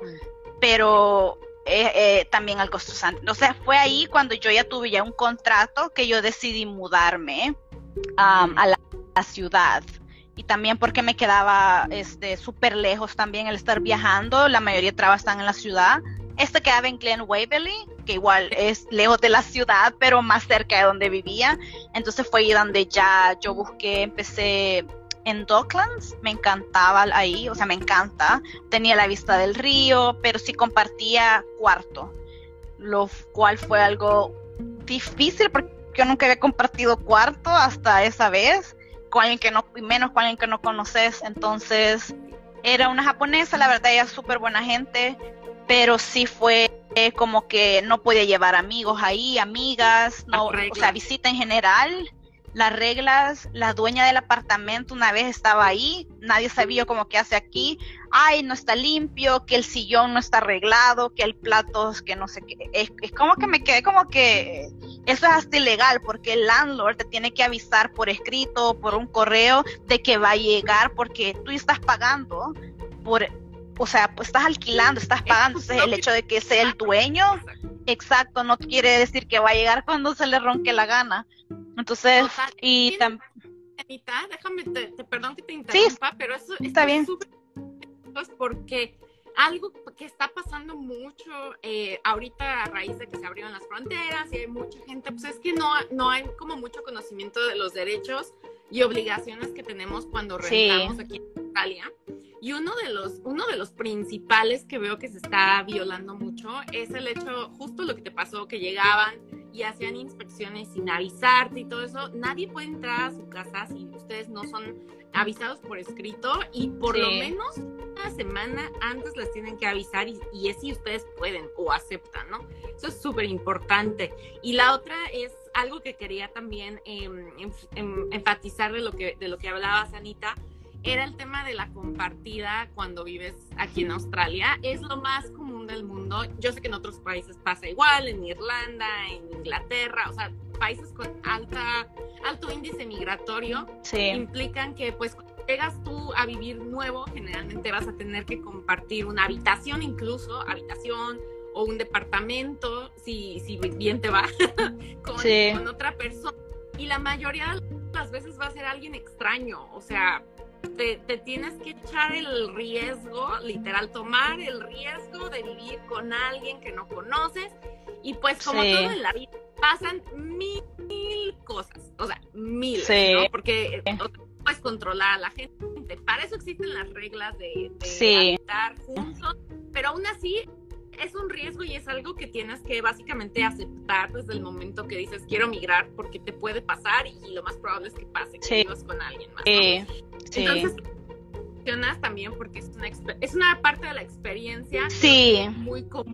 pero eh, eh, también algo estresante. O sea, fue ahí cuando yo ya tuve ya un contrato que yo decidí mudarme um, a la, la ciudad. Y también porque me quedaba este súper lejos también el estar viajando. La mayoría de trabajos están en la ciudad. Este quedaba en Glen Waverly, que igual es lejos de la ciudad, pero más cerca de donde vivía. Entonces fue ahí donde ya yo busqué, empecé en Docklands, me encantaba ahí, o sea, me encanta. Tenía la vista del río, pero sí compartía cuarto, lo cual fue algo difícil porque yo nunca había compartido cuarto hasta esa vez, con alguien que no, y menos con alguien que no conoces. Entonces era una japonesa, la verdad, ella es súper buena gente, pero sí fue eh, como que no podía llevar amigos ahí, amigas, no, o sea, visita en general, las reglas, la dueña del apartamento una vez estaba ahí, nadie sabía cómo que hace aquí, ay, no está limpio, que el sillón no está arreglado, que el plato, que no sé qué, es, es como que me quedé como que eso es hasta ilegal, porque el landlord te tiene que avisar por escrito, por un correo, de que va a llegar, porque tú estás pagando por... O sea, pues estás alquilando, estás pagando, entonces el hecho de que sea el dueño, exacto, no quiere decir que va a llegar cuando se le ronque la gana. Entonces, Total. y también... Anita, déjame, te, te, perdón que te interrumpa, sí, pero eso está bien. Súper porque algo que está pasando mucho eh, ahorita a raíz de que se abrieron las fronteras y hay mucha gente, pues es que no, no hay como mucho conocimiento de los derechos y obligaciones que tenemos cuando rentamos sí. aquí en Australia. Y uno de los uno de los principales que veo que se está violando mucho es el hecho, justo lo que te pasó, que llegaban y hacían inspecciones sin avisarte y todo eso. Nadie puede entrar a su casa si ustedes no son avisados por escrito y por sí. lo menos una semana antes les tienen que avisar y, y es si ustedes pueden o aceptan, ¿no? Eso es súper importante. Y la otra es algo que quería también eh, en, en, enfatizar de lo que, de lo que hablabas, Anita, era el tema de la compartida cuando vives aquí en Australia. Es lo más común del mundo. Yo sé que en otros países pasa igual, en Irlanda, en Inglaterra, o sea, países con alta, alto índice migratorio, sí. implican que pues cuando llegas tú a vivir nuevo, generalmente vas a tener que compartir una habitación, incluso habitación o un departamento, si, si bien te va, con, sí. con otra persona. Y la mayoría de las veces va a ser alguien extraño, o sea, Te, te tienes que echar el riesgo, literal, tomar el riesgo de vivir con alguien que no conoces y pues como sí. todo en la vida pasan mil, mil cosas, o sea, mil, sí. ¿no? Porque no puedes controlar a la gente, para eso existen las reglas de, de sí. habitar juntos, pero aún así es un riesgo y es algo que tienes que básicamente aceptar desde el momento que dices quiero migrar, porque te puede pasar y lo más probable es que pase, que sí. vivas con alguien más, ¿no? Sí. Entonces, funcionas también porque es una, es una parte de la experiencia sí. muy común,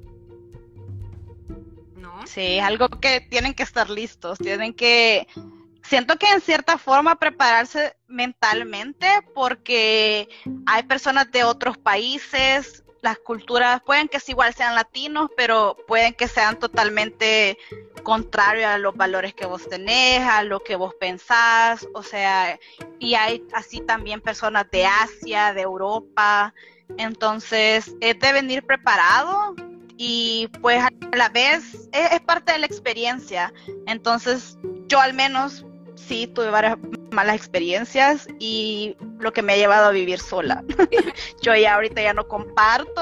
¿no? Sí, es algo que tienen que estar listos, tienen que... Siento que en cierta forma prepararse mentalmente, porque hay personas de otros países, las culturas pueden que igual sean latinos, pero pueden que sean totalmente contrarios a los valores que vos tenés, a lo que vos pensás, o sea, y hay así también personas de Asia, de Europa, entonces es de venir preparado y pues a la vez es, es parte de la experiencia, entonces yo al menos sí tuve varias malas experiencias y lo que me ha llevado a vivir sola. Yo ya ahorita ya no comparto.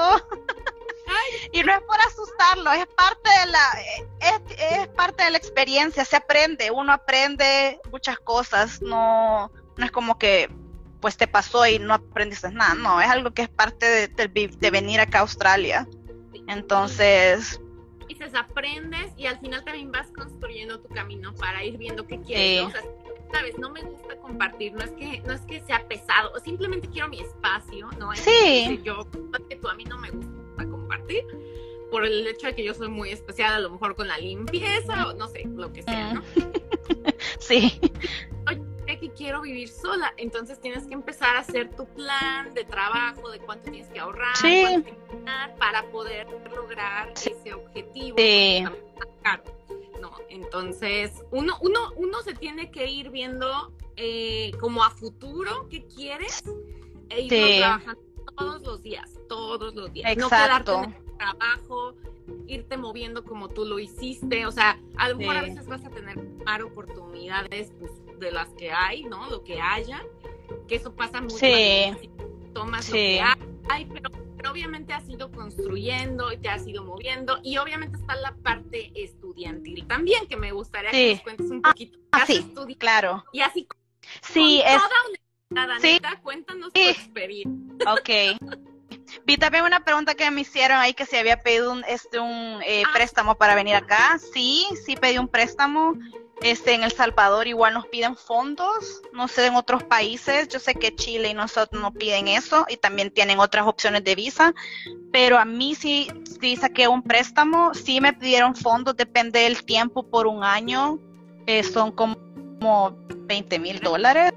Y no es por asustarlo, es parte de la es, es parte de la experiencia, se aprende, uno aprende muchas cosas, no, no es como que pues te pasó y no aprendiste nada, no, es algo que es parte de, de, de venir acá a Australia. Entonces... dices, aprendes y al final también vas construyendo tu camino para ir viendo qué quieres, ¿no? O sea, sabes, no me gusta compartir, no es que no es que sea pesado, o simplemente quiero mi espacio, ¿no? Sí. Yo, que tú a mí no me gusta compartir por el hecho de que yo soy muy especial, a lo mejor con la limpieza o no sé, lo que sea, ¿no? Sí. Oye, que quiero vivir sola, entonces tienes que empezar a hacer tu plan de trabajo, de cuánto tienes que ahorrar, sí. cuánto tienes que ganar para poder lograr ese objetivo. Sí. No, entonces uno, uno, uno se tiene que ir viendo eh, como a futuro qué quieres e ir sí. trabajando todos los días, todos los días. Exacto. No quedarte en el trabajo, irte moviendo como tú lo hiciste, o sea, a lo mejor sí. a veces vas a tener más oportunidades pues, de las que hay, ¿no? Lo que haya, que eso pasa mucho. Sí. Si tomas sí. lo que hay, pero, pero obviamente has ido construyendo y te has ido moviendo y obviamente está la parte estudiantil también, que me gustaría sí. que nos cuentes un poquito. Ah, sí, claro. Y así sí, con es... toda una sí. Anita, cuéntanos sí. tu experiencia. Ok. Vi también una pregunta que me hicieron ahí, que si había pedido un, este, un eh, ah. préstamo para venir acá. Sí, sí pedí un préstamo. Este, en El Salvador igual nos piden fondos, no sé en otros países, yo sé que Chile y nosotros no piden eso y también tienen otras opciones de visa, pero a mí sí, sí saqué un préstamo, sí me pidieron fondos, depende del tiempo por un año, eh, son como, como veinte mil dólares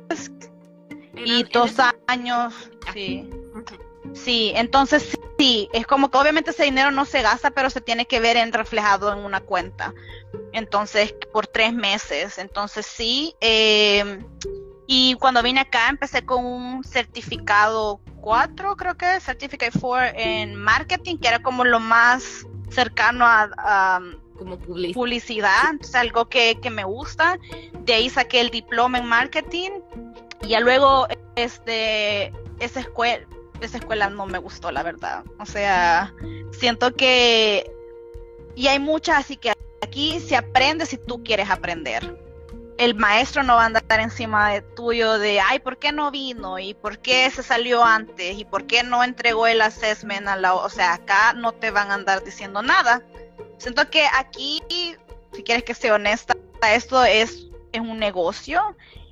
y dos años, sí. Sí, entonces sí, es como que obviamente ese dinero no se gasta, pero se tiene que ver en reflejado en una cuenta. Entonces, por tres meses. Entonces sí, eh, y cuando vine acá empecé con un certificado cuatro, creo que es, Certificate cuatro en marketing, que era como lo más cercano a, a como publicidad, publicidad entonces, algo que, que me gusta. De ahí saqué el diploma en marketing y ya luego este, esa escuela esa escuela no me gustó, la verdad. O sea, siento que y hay muchas, así que aquí se aprende si tú quieres aprender. El maestro no va a andar encima de tuyo de, ay, ¿por qué no vino? ¿Y por qué se salió antes? ¿Y por qué no entregó el assessment a la... O sea, acá no te van a andar diciendo nada. Siento que aquí, si quieres que sea honesta, esto es, es un negocio.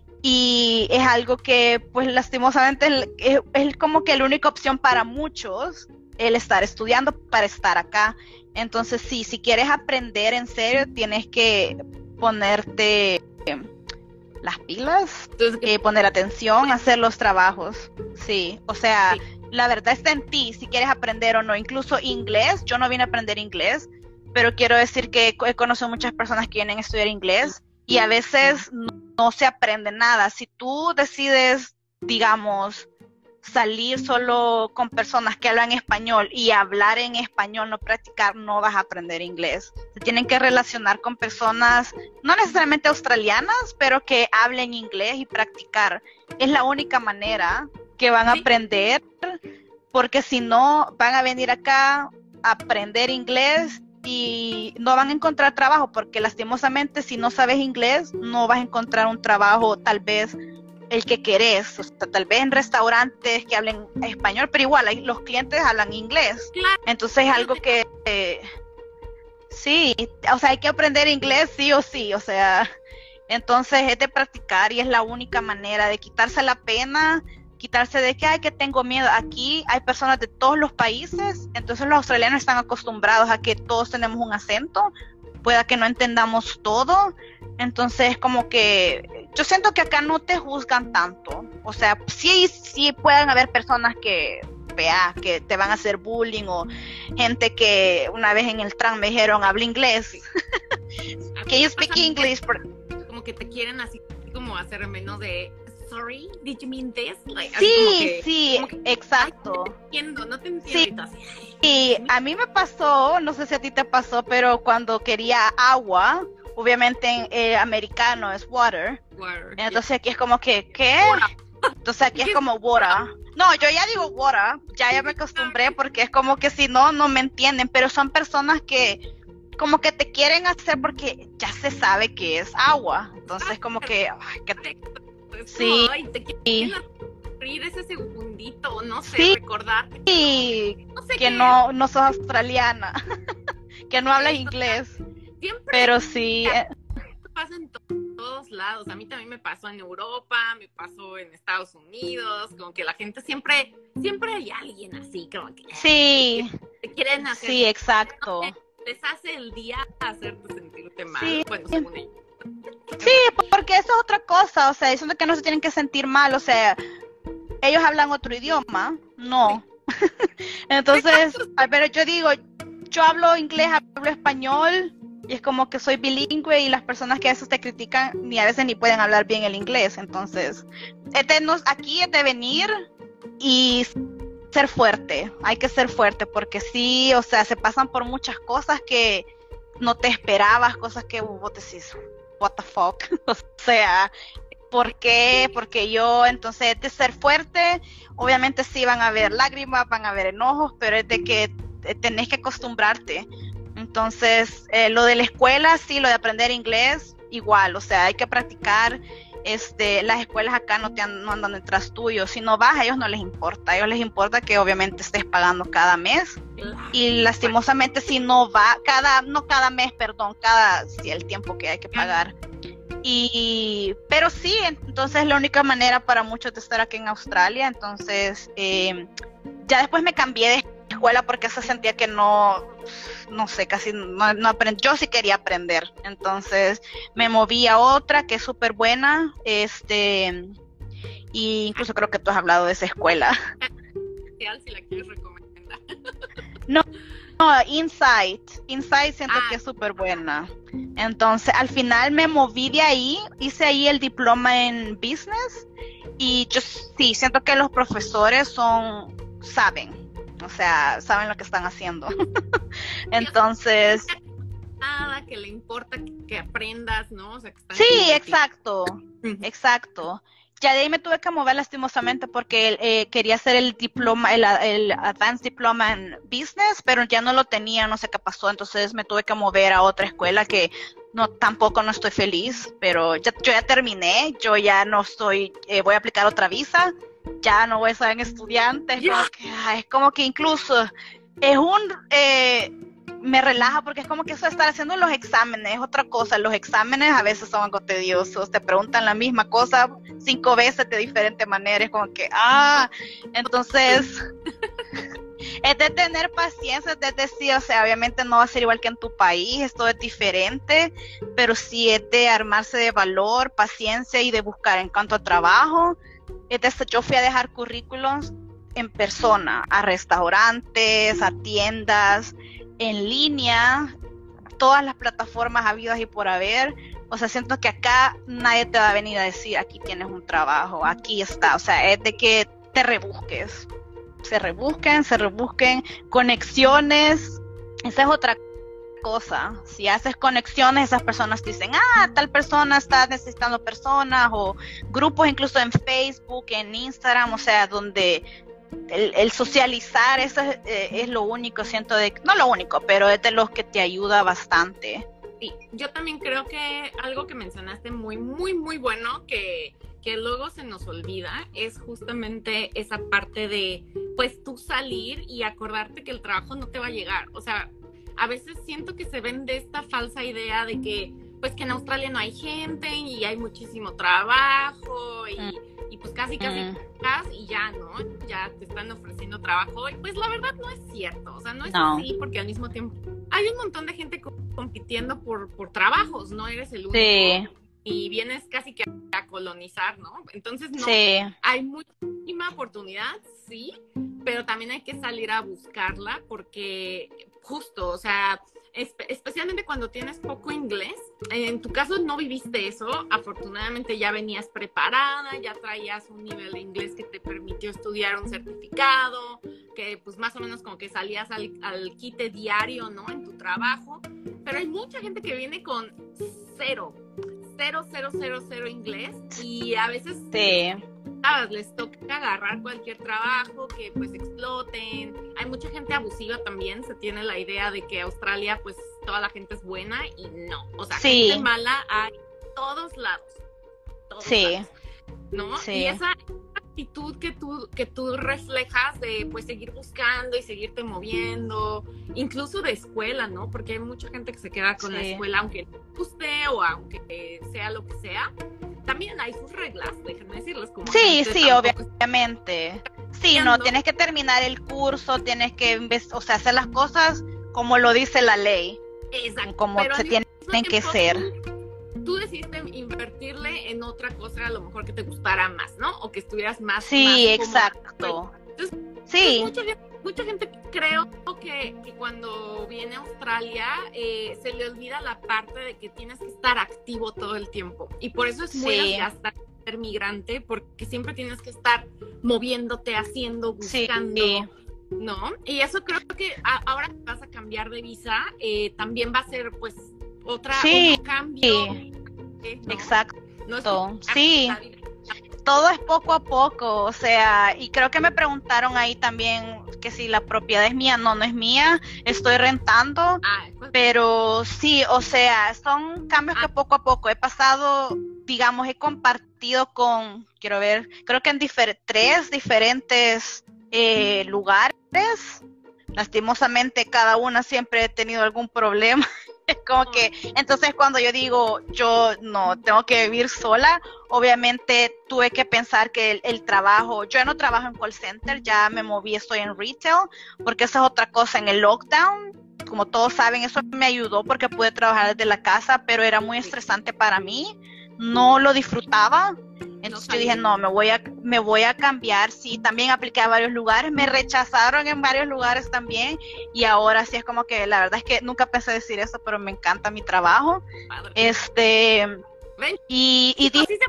Y es algo que, pues, lastimosamente es, es como que la única opción para muchos, el estar estudiando para estar acá. Entonces, sí, si quieres aprender en serio, tienes que ponerte eh, las pilas, eh, poner atención, hacer los trabajos. Sí, o sea, sí. La verdad está en ti, si quieres aprender o no. Incluso inglés, yo no vine a aprender inglés, pero quiero decir que he conocido muchas personas que vienen a estudiar inglés y a veces no, no se aprende nada. Si tú decides, digamos, salir solo con personas que hablan español y hablar en español, no practicar, no vas a aprender inglés. Se tienen que relacionar con personas, no necesariamente australianas, pero que hablen inglés y practicar. Es la única manera que van a aprender, porque si no, van a venir acá a aprender inglés y no van a encontrar trabajo, porque lastimosamente si no sabes inglés, no vas a encontrar un trabajo tal vez el que querés, o sea, tal vez en restaurantes que hablen español, pero igual hay, los clientes hablan inglés, Claro. entonces es algo que eh, sí, o sea, hay que aprender inglés sí o sí, o sea, entonces es de practicar y es la única manera de quitarse la pena, quitarse de que, ay, que tengo miedo. Aquí hay personas de todos los países, entonces los australianos están acostumbrados a que todos tenemos un acento, pueda que no entendamos todo, entonces como que yo siento que acá no te juzgan tanto, o sea, sí, sí pueden haber personas que, vea, que te van a hacer bullying o gente que una vez en el tram me dijeron, habla inglés, que you speak English, como que te quieren así como hacer menos de sorry, did you mean this? Like, sí, como que, sí, como que, exacto. Ay, no te entiendo, no te entiendo. Sí, y a mí me pasó, no sé si a ti te pasó, pero cuando quería agua, obviamente en eh, americano es water, water. Entonces aquí es como que, ¿qué? Entonces aquí es como water. No, yo ya digo water, ya ya me acostumbré porque es como que si no, no me entienden, pero son personas que como que te quieren hacer porque ya se sabe que es agua, entonces como que, ay, que te... Sí, ay, te quieren abrir ese segundito, no sé, sí, recordar. Sí, no sé que no, no sos australiana, que no hablas inglés, siempre, pero sí. Pasa en to- todos lados, a mí también me pasó en Europa, me pasó en Estados Unidos, como que la gente siempre, siempre hay alguien así, como que sí, te quieren hacer. Sí, exacto. No, les hace el día hacerte sentirte mal, sí. bueno, según ellos. Sí, porque eso es otra cosa, o sea, eso de que no se tienen que sentir mal, o sea, ellos hablan otro idioma, no. Entonces, pero yo digo, yo hablo inglés, hablo español, y es como que soy bilingüe y las personas que a veces te critican ni a veces ni pueden hablar bien el inglés, entonces, es de nos, aquí es de venir y ser fuerte, hay que ser fuerte, porque sí, o sea, se pasan por muchas cosas que no te esperabas, cosas que vos decís, what the fuck, o sea, ¿por qué? Porque yo, entonces, es de ser fuerte, obviamente sí van a haber lágrimas, van a haber enojos, pero es de que tenés que acostumbrarte. Entonces, eh, lo de la escuela, sí, lo de aprender inglés, igual, o sea, hay que practicar. Este, las escuelas acá no te andan, no andan detrás tuyo, si no vas a ellos no les importa, a ellos les importa que obviamente estés pagando cada mes y lastimosamente si no va, cada, no cada mes, perdón, cada, sí, el tiempo que hay que pagar. Y, pero sí, entonces la única manera para muchos de estar aquí en Australia, entonces eh, ya después me cambié de escuela porque se sentía que no, no sé, casi no, no aprendí, yo sí quería aprender, entonces me moví a otra que es súper buena, este, y incluso creo que tú has hablado de esa escuela. Si la quieres recomendar. No, no, Insight, Insight siento ah. que es súper buena, entonces al final me moví de ahí, hice ahí el diploma en business, y yo sí, siento que los profesores son, saben, o sea, saben lo que están haciendo. Entonces, nada que le importa que, que aprendas, ¿no? O sea, que están sí, exacto, exacto. Ya de ahí me tuve que mover lastimosamente porque eh, quería hacer el diploma, el, el Advanced Diploma en Business, pero ya no lo tenía, no sé qué pasó, entonces me tuve que mover a otra escuela que no, tampoco no estoy feliz, pero ya, yo ya terminé, yo ya no estoy, eh, voy a aplicar otra visa, ya no voy a estar en estudiante, es, yeah. como, que, ay, es como que incluso es un, eh, me relaja porque es como que eso de estar haciendo los exámenes es otra cosa, los exámenes a veces son algo tediosos, te preguntan la misma cosa cinco veces de diferente manera, es como que, ah, entonces es de tener paciencia, es de decir, o sea, obviamente no va a ser igual que en tu país, esto es diferente, pero sí es de armarse de valor, paciencia y de buscar en cuanto a trabajo. Entonces, yo fui a dejar currículums en persona, a restaurantes, a tiendas, en línea, todas las plataformas habidas y por haber. O sea, siento que acá nadie te va a venir a decir, aquí tienes un trabajo, aquí está. O sea, es de que te rebusques. Se rebusquen, se rebusquen conexiones. Esa es otra cosa. Si haces conexiones, esas personas te dicen, ah, tal persona está necesitando personas, o grupos incluso en Facebook, en Instagram, o sea, donde el, el socializar, eso es, eh, es lo único, siento, de, no lo único, pero es de los que te ayuda bastante. Sí, yo también creo que algo que mencionaste muy, muy, muy bueno, que, que luego se nos olvida es justamente esa parte de, pues, tú salir y acordarte que el trabajo no te va a llegar. O sea, a veces siento que se vende esta falsa idea de que, pues, que en Australia no hay gente y hay muchísimo trabajo y, mm. y pues casi, casi mm. y ya, ¿no? Ya te están ofreciendo trabajo. Y pues la verdad no es cierto. O sea, no es no. así, porque al mismo tiempo hay un montón de gente compitiendo por, por trabajos, no eres el único. Sí. Y vienes casi que a colonizar, ¿no? Entonces, no, sí. hay muchísima oportunidad, sí, pero también hay que salir a buscarla porque justo, o sea, espe- especialmente cuando tienes poco inglés, en tu caso no viviste eso, afortunadamente ya venías preparada, ya traías un nivel de inglés que te permitió estudiar un certificado, que pues más o menos como que salías al, al quite diario, ¿no? En tu trabajo, pero hay mucha gente que viene con cero, cero, cero, cero, cero inglés y a veces sí. ¿sabes? Les toca agarrar cualquier trabajo que pues exploten. Hay mucha gente abusiva también, se tiene la idea de que Australia pues toda la gente es buena y no, o sea, sí. gente mala hay todos lados, todos sí. lados, ¿no? Sí. Y esa actitud que tú, que tú reflejas de pues seguir buscando y seguirte moviendo, incluso de escuela, ¿no? Porque hay mucha gente que se queda con sí. la escuela aunque no guste o aunque sea lo que sea. También hay sus reglas, déjenme decirles. Como sí, sí, obviamente. Sí, no, tienes que terminar el curso, tienes que, o sea, hacer las cosas como lo dice la ley. Exacto. Como se tienen que ser. Tú, tú decidiste invertirle en otra cosa a lo mejor que te gustara más, ¿no? O que estuvieras más. Sí, más exacto. Entonces, sí. Mucha, mucha gente creo que, que cuando viene a Australia eh, se le olvida la parte de que tienes que estar activo todo el tiempo. Y por eso es muy sí. desgastante ser migrante, porque siempre tienes que estar moviéndote, haciendo, buscando. Sí. ¿No? Y eso creo que a, ahora que vas a cambiar de visa, eh, también va a ser pues otra sí, otro cambio. Sí. ¿No? Exacto. No es sí. Todo es poco a poco, o sea, y creo que me preguntaron ahí también que si la propiedad es mía. No, no es mía, estoy rentando, ah, pues, pero sí, o sea, son cambios ah. que poco a poco he pasado, digamos, he compartido con, quiero ver, creo que en difer- tres diferentes eh, lugares. Lastimosamente cada una siempre he tenido algún problema. Es como que, entonces cuando yo digo, yo no, tengo que vivir sola, obviamente tuve que pensar que el, el trabajo, yo no trabajo en call center, ya me moví, estoy en retail, porque esa es otra cosa, en el lockdown, como todos saben, eso me ayudó porque pude trabajar desde la casa, pero era muy estresante para mí, no lo disfrutaba. Entonces no yo dije, no, me voy a me voy a cambiar. Sí, también apliqué a varios lugares, me rechazaron en varios lugares también, y ahora sí es como que la verdad es que nunca pensé decir eso, pero me encanta mi trabajo. Madre. Este ¿Ven? y, y dije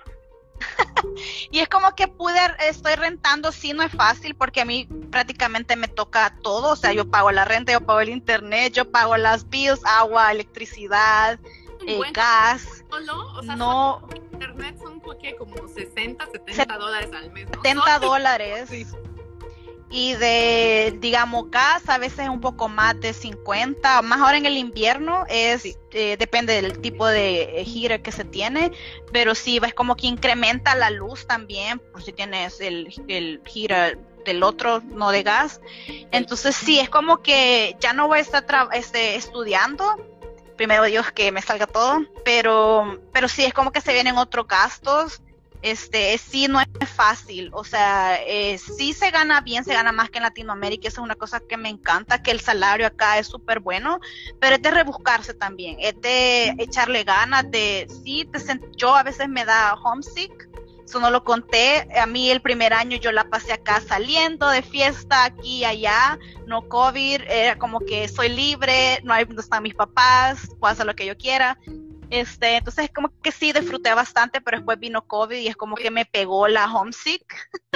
y es como que pude, estoy rentando, sí, no es fácil porque a mí prácticamente me toca todo, o sea, yo pago la renta, yo pago el internet, yo pago las bills, agua, electricidad, eh, gas. ¿No? O sea, no. Internet son ¿qué? Como sesenta, setenta dólares al mes, ¿no? setenta dólares. Sí. Y de, digamos, gas a veces un poco más de cincuenta, más ahora en el invierno, es sí. eh, depende del tipo de heater que se tiene, pero sí, es como que incrementa la luz también, por si tienes el, el heater del otro, no de gas. Entonces sí, es como que ya no voy a estar tra- este, estudiando, primero Dios que me salga todo, pero, pero sí, es como que se vienen otros gastos. Este, sí, no es fácil, o sea, eh, sí se gana bien, se gana más que en Latinoamérica, eso es una cosa que me encanta, que el salario acá es súper bueno, pero es de rebuscarse también, es de echarle ganas, de, sí, te sent- yo a veces me da homesick, eso no lo conté, a mí el primer año yo la pasé acá saliendo de fiesta, aquí y allá, no COVID, era como que soy libre, no, hay, no están mis papás, puedo hacer lo que yo quiera. Este, entonces es como que sí disfruté bastante, pero después vino COVID y es como que me pegó la homesick.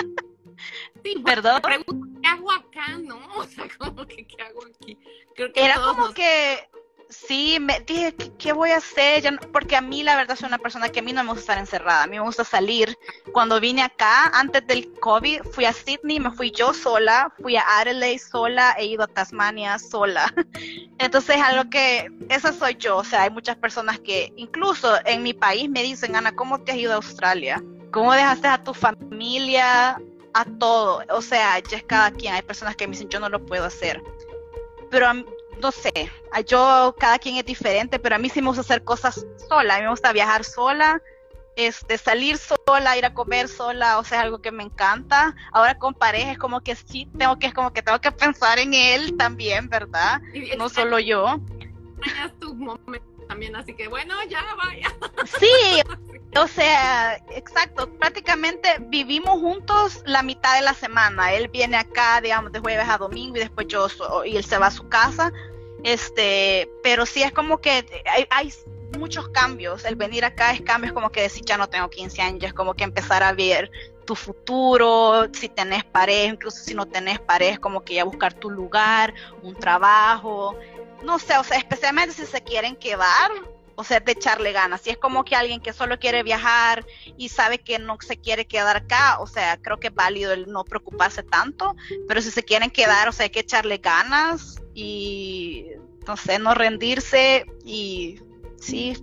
Sí, perdón. Me pregunto, ¿qué hago acá, no? O sea, como que ¿qué hago aquí? Creo que era como nos... que sí, me dije, ¿qué, qué voy a hacer? Ya no, porque a mí la verdad soy una persona que a mí no me gusta estar encerrada, a mí me gusta salir. Cuando vine acá, antes del COVID, fui a Sydney, me fui yo sola, fui a Adelaide sola, he ido a Tasmania sola. Entonces, algo que, esa soy yo, o sea, hay muchas personas que, incluso en mi país me dicen, Ana, ¿cómo te has ido a Australia? ¿cómo dejaste a tu familia, a todo? O sea, ya es cada quien. Hay personas que me dicen, yo no lo puedo hacer. Pero a mí, no sé, yo, cada quien es diferente, pero a mí sí me gusta hacer cosas sola. A mí me gusta viajar sola, este, salir sola, ir a comer sola, o sea, es algo que me encanta. Ahora con pareja es como que sí, tengo que, es como que tengo que pensar en él también, ¿verdad? No solo yo. Vayas tu momento también, así que bueno, ya vaya. Sí, o sea, exacto, prácticamente vivimos juntos la mitad de la semana. Él viene acá, digamos, de jueves a domingo y después yo, y él se va a su casa. Este, pero sí es como que hay, hay muchos cambios. El venir acá es cambios como que decir, ya no tengo quince años, es como que empezar a ver tu futuro, si tenés pareja, incluso si no tenés pareja, como que ya buscar tu lugar, un trabajo, no sé, o sea, especialmente si se quieren quedar, o sea, de echarle ganas. Si es como que alguien que solo quiere viajar y sabe que no se quiere quedar acá, o sea, creo que es válido el no preocuparse tanto, pero si se quieren quedar, o sea, hay que echarle ganas y, no sé, no rendirse y sí.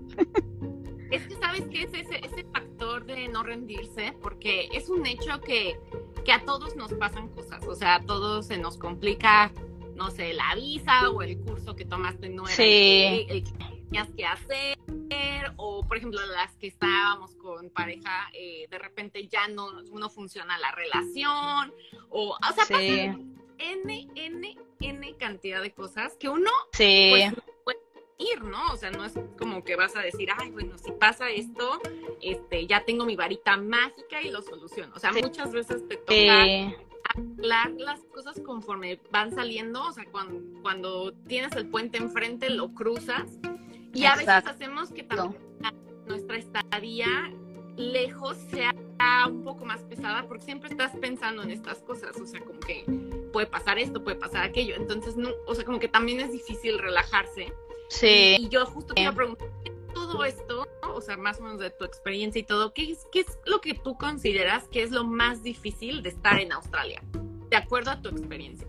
Es que sabes que es ese, ese factor de no rendirse, porque es un hecho que, que a todos nos pasan cosas, o sea, a todos se nos complica, no sé, la visa o el curso que tomaste no era sí. el, el que tenías que hacer, o por ejemplo las que estábamos con pareja, eh, de repente ya no, no funciona la relación, o, o sea, sí. pasan n, n, n cantidad de cosas que uno sí. pues, no puede ir, ¿no? O sea, no es como que vas a decir, ay, bueno, si pasa esto, este, ya tengo mi varita mágica y lo soluciono. O sea, sí. muchas veces te toca sí. arreglar las cosas conforme van saliendo, o sea, cuando, cuando tienes el puente enfrente, lo cruzas, y a Exacto. veces hacemos que también nuestra estadía lejos sea un poco más pesada, porque siempre estás pensando en estas cosas, o sea, como que puede pasar esto, puede pasar aquello, entonces, no, o sea, como que también es difícil relajarse. Sí. Y, y yo justo te iba a preguntar, todo esto, o sea, más o menos de tu experiencia y todo, ¿qué es, ¿qué es lo que tú consideras que es lo más difícil de estar en Australia? De acuerdo a tu experiencia.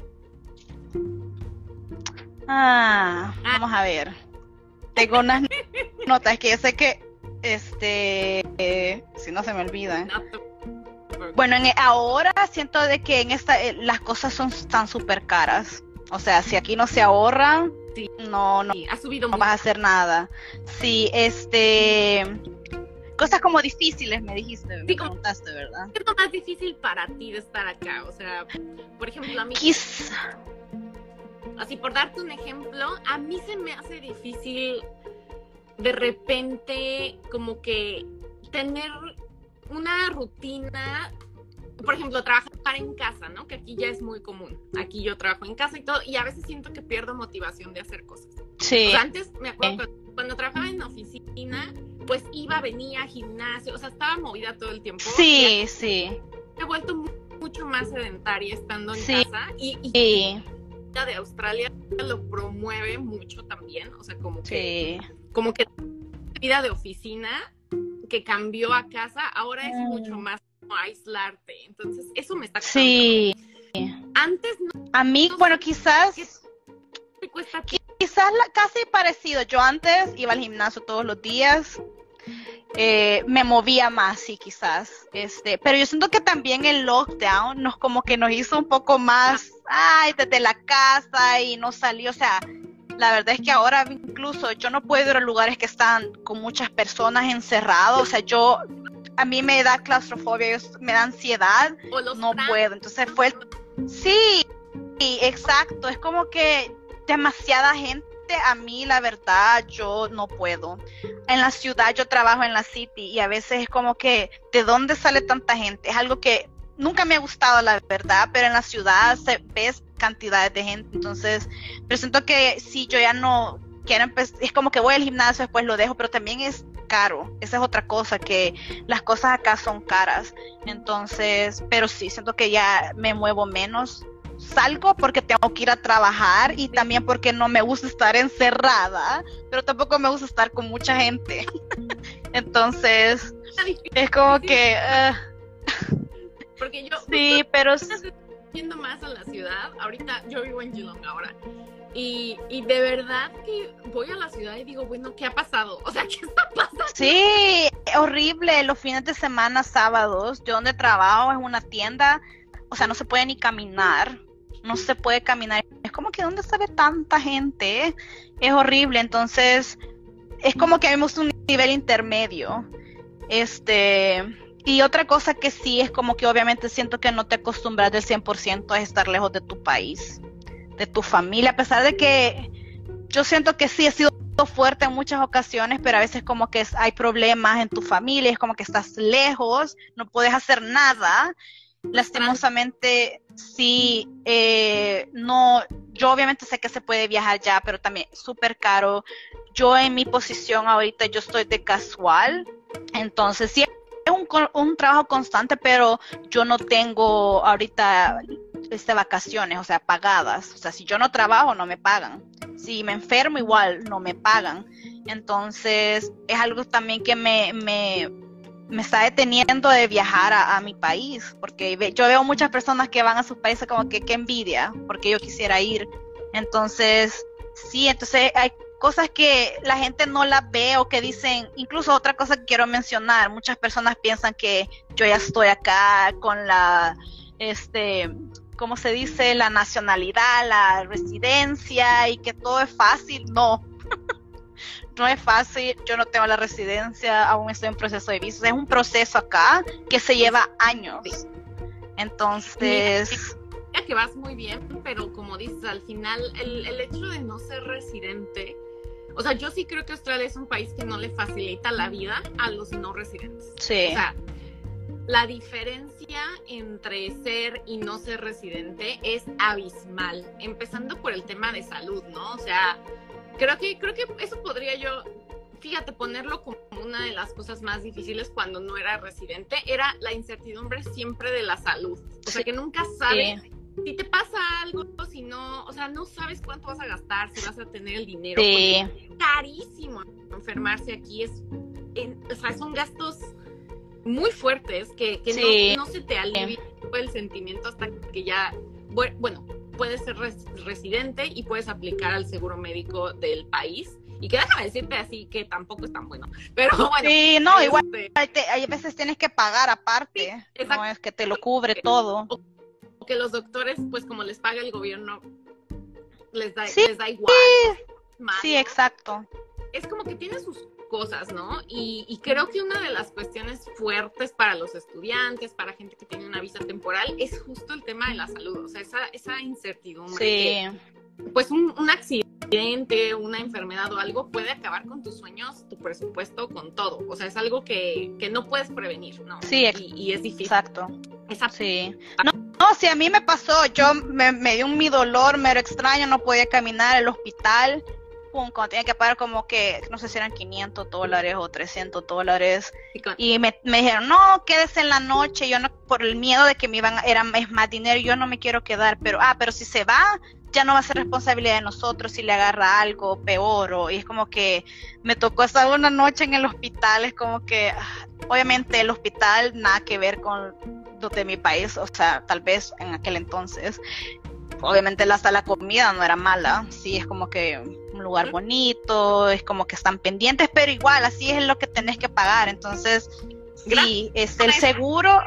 Ah, ah. Vamos a ver. Tengo unas notas que yo sé que, este, eh, si no se me olvida. No, bueno, en, ahora siento de que en esta, eh, las cosas son tan súper caras. O sea, si aquí no se ahorra, sí. no, no, sí, ha subido no mucho. vas a hacer nada. Sí, este, cosas como difíciles me dijiste, sí, me preguntaste, ¿verdad? ¿Qué es lo más difícil para ti de estar acá? O sea, por ejemplo, a mí... Quizá... Así, por darte un ejemplo, a mí se me hace difícil de repente como que tener una rutina, por ejemplo, trabajar en casa, ¿no? Que aquí ya es muy común. Aquí yo trabajo en casa y todo, y a veces siento que pierdo motivación de hacer cosas. Sí. O sea, antes me acuerdo que cuando trabajaba en oficina, pues iba, venía, gimnasio, o sea, estaba movida todo el tiempo. Sí, sí. Me he vuelto muy, mucho más sedentaria estando en sí. casa y... y sí. de Australia lo promueve mucho también, o sea, como que, sí. como que la vida de oficina que cambió a casa, ahora es mm. mucho más como aislarte, entonces eso me está costando. Sí. Antes no. A mí, no bueno, sé, quizás, ¿qué cuesta? Quizás la, casi parecido, yo antes iba al gimnasio todos los días, eh, me movía más, sí, quizás, este, pero yo siento que también el lockdown nos como que nos hizo un poco más, ay, desde la casa y no salió, o sea, la verdad es que ahora incluso yo no puedo ir a lugares que están con muchas personas encerrados, o sea, yo, a mí me da claustrofobia, yo, me da ansiedad, no trans. puedo, entonces fue, sí, sí, exacto, es como que demasiada gente. A mí la verdad yo no puedo. En la ciudad yo trabajo en la city y a veces es como que ¿de dónde sale tanta gente? Es algo que nunca me ha gustado la verdad, pero en la ciudad se ves cantidades de gente, entonces pero siento que si yo ya no quiero empezar, es como que voy al gimnasio, después lo dejo, pero también es caro, esa es otra cosa, que las cosas acá son caras, entonces, pero sí, siento que ya me muevo menos. Salgo porque tengo que ir a trabajar y también porque no me gusta estar encerrada, pero tampoco me gusta estar con mucha gente. Entonces, es como que... Uh... Porque yo... Sí, pero... Yendo más a la ciudad, ahorita yo vivo en Geelong ahora, Y, y de verdad que voy a la ciudad y digo, bueno, ¿qué ha pasado? O sea, ¿qué está pasando? Sí, horrible. Los fines de semana, sábados, yo donde trabajo es una tienda, o sea, no se puede ni caminar, no se puede caminar. Es como que ¿dónde se ve tanta gente? Es horrible. Entonces, es como que vemos un nivel intermedio. Este, y otra cosa que sí es como que obviamente siento que no te acostumbras del cien por ciento a estar lejos de tu país, de tu familia, a pesar de que yo siento que sí he sido fuerte en muchas ocasiones, pero a veces como que es, hay problemas en tu familia, es como que estás lejos, no puedes hacer nada. Lastimosamente, sí, eh, no, yo obviamente sé que se puede viajar ya, pero también es súper caro. Yo en mi posición ahorita, yo estoy de casual, entonces sí es un, un trabajo constante, pero yo no tengo ahorita este, vacaciones, o sea, pagadas. O sea, si yo no trabajo, no me pagan. Si me enfermo, igual no me pagan. Entonces, es algo también que me, me, me está deteniendo de viajar a, a mi país, porque ve, yo veo muchas personas que van a sus países como que qué envidia, porque yo quisiera ir. Entonces, sí, entonces hay cosas que la gente no las ve o que dicen, incluso otra cosa que quiero mencionar, muchas personas piensan que yo ya estoy acá con la, este, ¿cómo se dice? La nacionalidad, la residencia y que todo es fácil. No, no es fácil, yo no tengo la residencia, aún estoy en proceso de visa, es un proceso acá que se lleva años. Entonces... Mira que vas muy bien, pero como dices, al final el, el hecho de no ser residente, o sea, yo sí creo que Australia es un país que no le facilita la vida a los no residentes. Sí. O sea, la diferencia entre ser y no ser residente es abismal, empezando por el tema de salud, ¿no? O sea, creo que, creo que eso podría yo, fíjate, ponerlo como una de las cosas más difíciles cuando no era residente, era la incertidumbre siempre de la salud. O sea, que nunca sabes... Sí. Si te pasa algo, si no, o sea, no sabes cuánto vas a gastar, si vas a tener el dinero. Sí. Es carísimo enfermarse aquí, es, en, o sea, son gastos muy fuertes que, que sí. no, no se te alivia el sentimiento hasta que ya, bueno, puedes ser res, residente y puedes aplicar al seguro médico del país. Y que déjame decirte así que tampoco es tan bueno. Pero bueno. Sí, no, igual te, hay veces tienes que pagar aparte. Sí, no es que te lo cubre todo. O, que los doctores, pues como les paga el gobierno, les da, sí, les da igual. Mal, sí, ¿no? Exacto. Es como que tiene sus cosas, ¿no? Y, y creo que una de las cuestiones fuertes para los estudiantes, para gente que tiene una visa temporal, es justo el tema de la salud. O sea, esa, esa incertidumbre. Sí. Que, pues un, un accidente, una enfermedad o algo puede acabar con tus sueños, tu presupuesto, con todo. O sea, es algo que, que no puedes prevenir, ¿no? Sí, y, y es difícil. Exacto. Esa... Sí. No, no, sí, a mí me pasó. Yo me, me dio un mi dolor, mero extraño, no podía caminar al hospital. Pum, cuando tenía que pagar como que, no sé si eran quinientos dólares o trescientos dólares. Y, con... y me, me dijeron, no, quédese en la noche. Yo no, por el miedo de que me iban, era es más dinero, yo no me quiero quedar. Pero, ah, pero si se va, ya no va a ser responsabilidad de nosotros si le agarra algo peor. O, y es como que me tocó estar una noche en el hospital. Es como que, obviamente, el hospital nada que ver con lo de mi país. O sea, tal vez en aquel entonces. Obviamente hasta la comida no era mala. Sí, es como que un lugar bonito, es como que están pendientes, pero igual, así es lo que tenés que pagar. Entonces, sí, este, el seguro,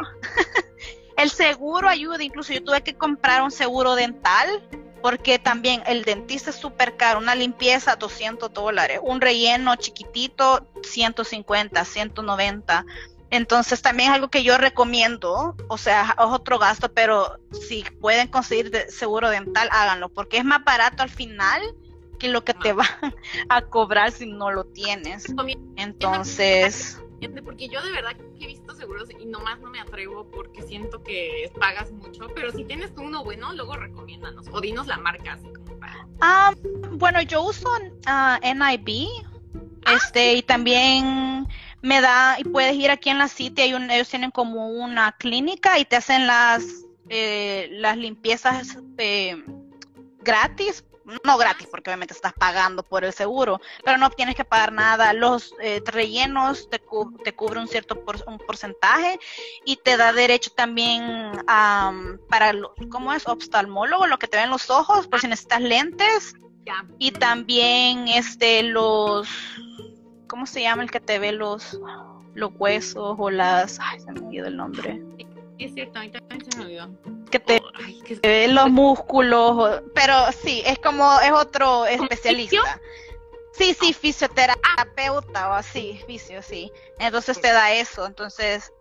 el seguro ayuda. Incluso yo tuve que comprar un seguro dental, porque también el dentista es súper caro. Una limpieza, doscientos dólares. Un relleno chiquitito, ciento cincuenta, ciento noventa. Entonces también es algo que yo recomiendo, o sea, es otro gasto, pero si pueden conseguir de seguro dental, háganlo, porque es más barato al final que lo que te van a cobrar si no lo tienes. Entonces... Porque yo de verdad que he visto seguros y nomás no me atrevo porque siento que pagas mucho, pero si tienes tú uno bueno, luego recomiéndanos, o dinos la marca, así como para... Ah, bueno, yo uso uh, N I B, ah, este, sí. Y también... me da, y puedes ir aquí en la City, hay un, ellos tienen como una clínica y te hacen las eh, las limpiezas eh, gratis, no gratis porque obviamente estás pagando por el seguro, pero no tienes que pagar nada. Los eh, rellenos te, cu- te cubre un cierto por- un porcentaje y te da derecho también um, para, lo, ¿cómo es? Oftalmólogo, lo que te ven los ojos, por si necesitas lentes. Ya. Y también este los, ¿cómo se llama el que te ve los, los huesos o las, ay, se me olvidó el nombre. Es cierto, a mí también se me olvidó. Que te, oh, ay, que... te ve los músculos, pero sí, es como, es otro especialista. Sí, sí, fisioterapeuta o así, fisio, sí. Entonces te da eso, entonces,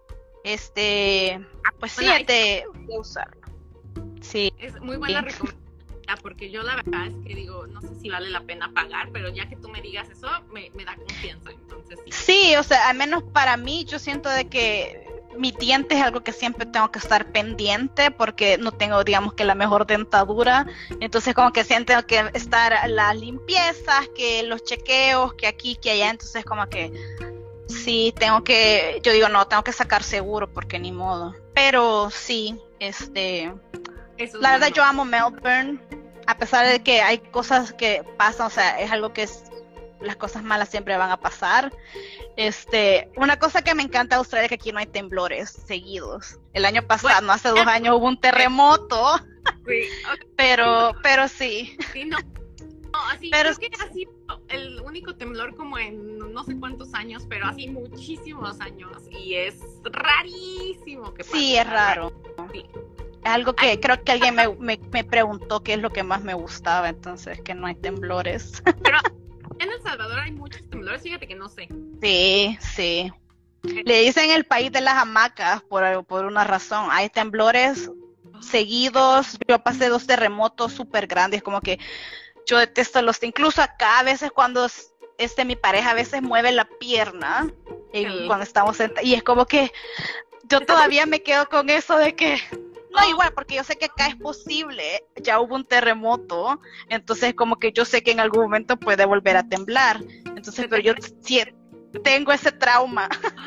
este, pues sí, bueno, te de usarlo. Sí. Es muy buena recomendación, porque yo la verdad es que digo, no sé si vale la pena pagar, pero ya que tú me digas eso, me, me da confianza, entonces sí. Sí, o sea, al menos para mí, yo siento de que mi diente es algo que siempre tengo que estar pendiente porque no tengo, digamos, que la mejor dentadura, entonces como que siento que estar las limpiezas, que los chequeos, que aquí, que allá, entonces como que sí, tengo que, yo digo, no, tengo que sacar seguro porque ni modo, pero sí, este, Eso la verdad bueno. yo amo Melbourne, a pesar de que hay cosas que pasan, o sea, es algo que es, las cosas malas siempre van a pasar. Este, una cosa que me encanta de Australia es que aquí no hay temblores seguidos. El año pasado, bueno, no hace dos años hubo un terremoto, sí, okay. pero, pero sí. Sí, no, no así, pero creo que ha sido el único temblor como en no sé cuántos años, pero así muchísimos años y es rarísimo que pase. Sí, es raro. Sí. Es algo que Ay, creo que alguien me, me, me preguntó qué es lo que más me gustaba, entonces que no hay temblores. Pero en El Salvador hay muchos temblores, fíjate que no sé. Sí, sí. Le dicen el país de las hamacas por, por una razón. Hay temblores seguidos. Yo pasé dos terremotos súper grandes, como que yo detesto los... Incluso acá a veces cuando este, mi pareja a veces mueve la pierna y cuando estamos sentados. Y es como que yo todavía me quedo con eso de que... No, igual, porque yo sé que acá es posible, ya hubo un terremoto, entonces como que yo sé que en algún momento puede volver a temblar, entonces, pero yo sí, tengo ese trauma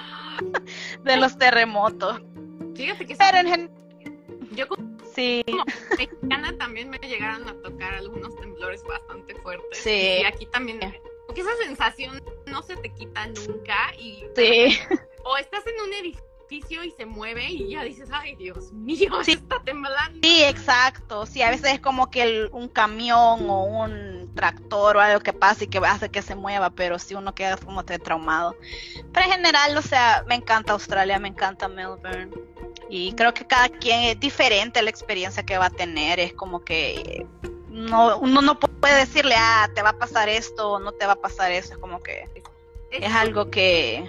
de los terremotos. Fíjate que pero en gen... yo como, sí. como mexicana también me llegaron a tocar algunos temblores bastante fuertes, sí. Y aquí también, porque esa sensación no se te quita nunca, y sí. O estás en un edificio y se mueve y ya dices, ay Dios mío, sí. está temblando. Sí, exacto, sí, a veces es como que el, un camión o un tractor o algo que pasa y que hace que se mueva, pero sí uno queda como te traumado. Pero en general, o sea, me encanta Australia, me encanta Melbourne y creo que cada quien es diferente la experiencia que va a tener, es como que no, uno no puede decirle, ah, te va a pasar esto o no te va a pasar eso, es como que es, es algo que...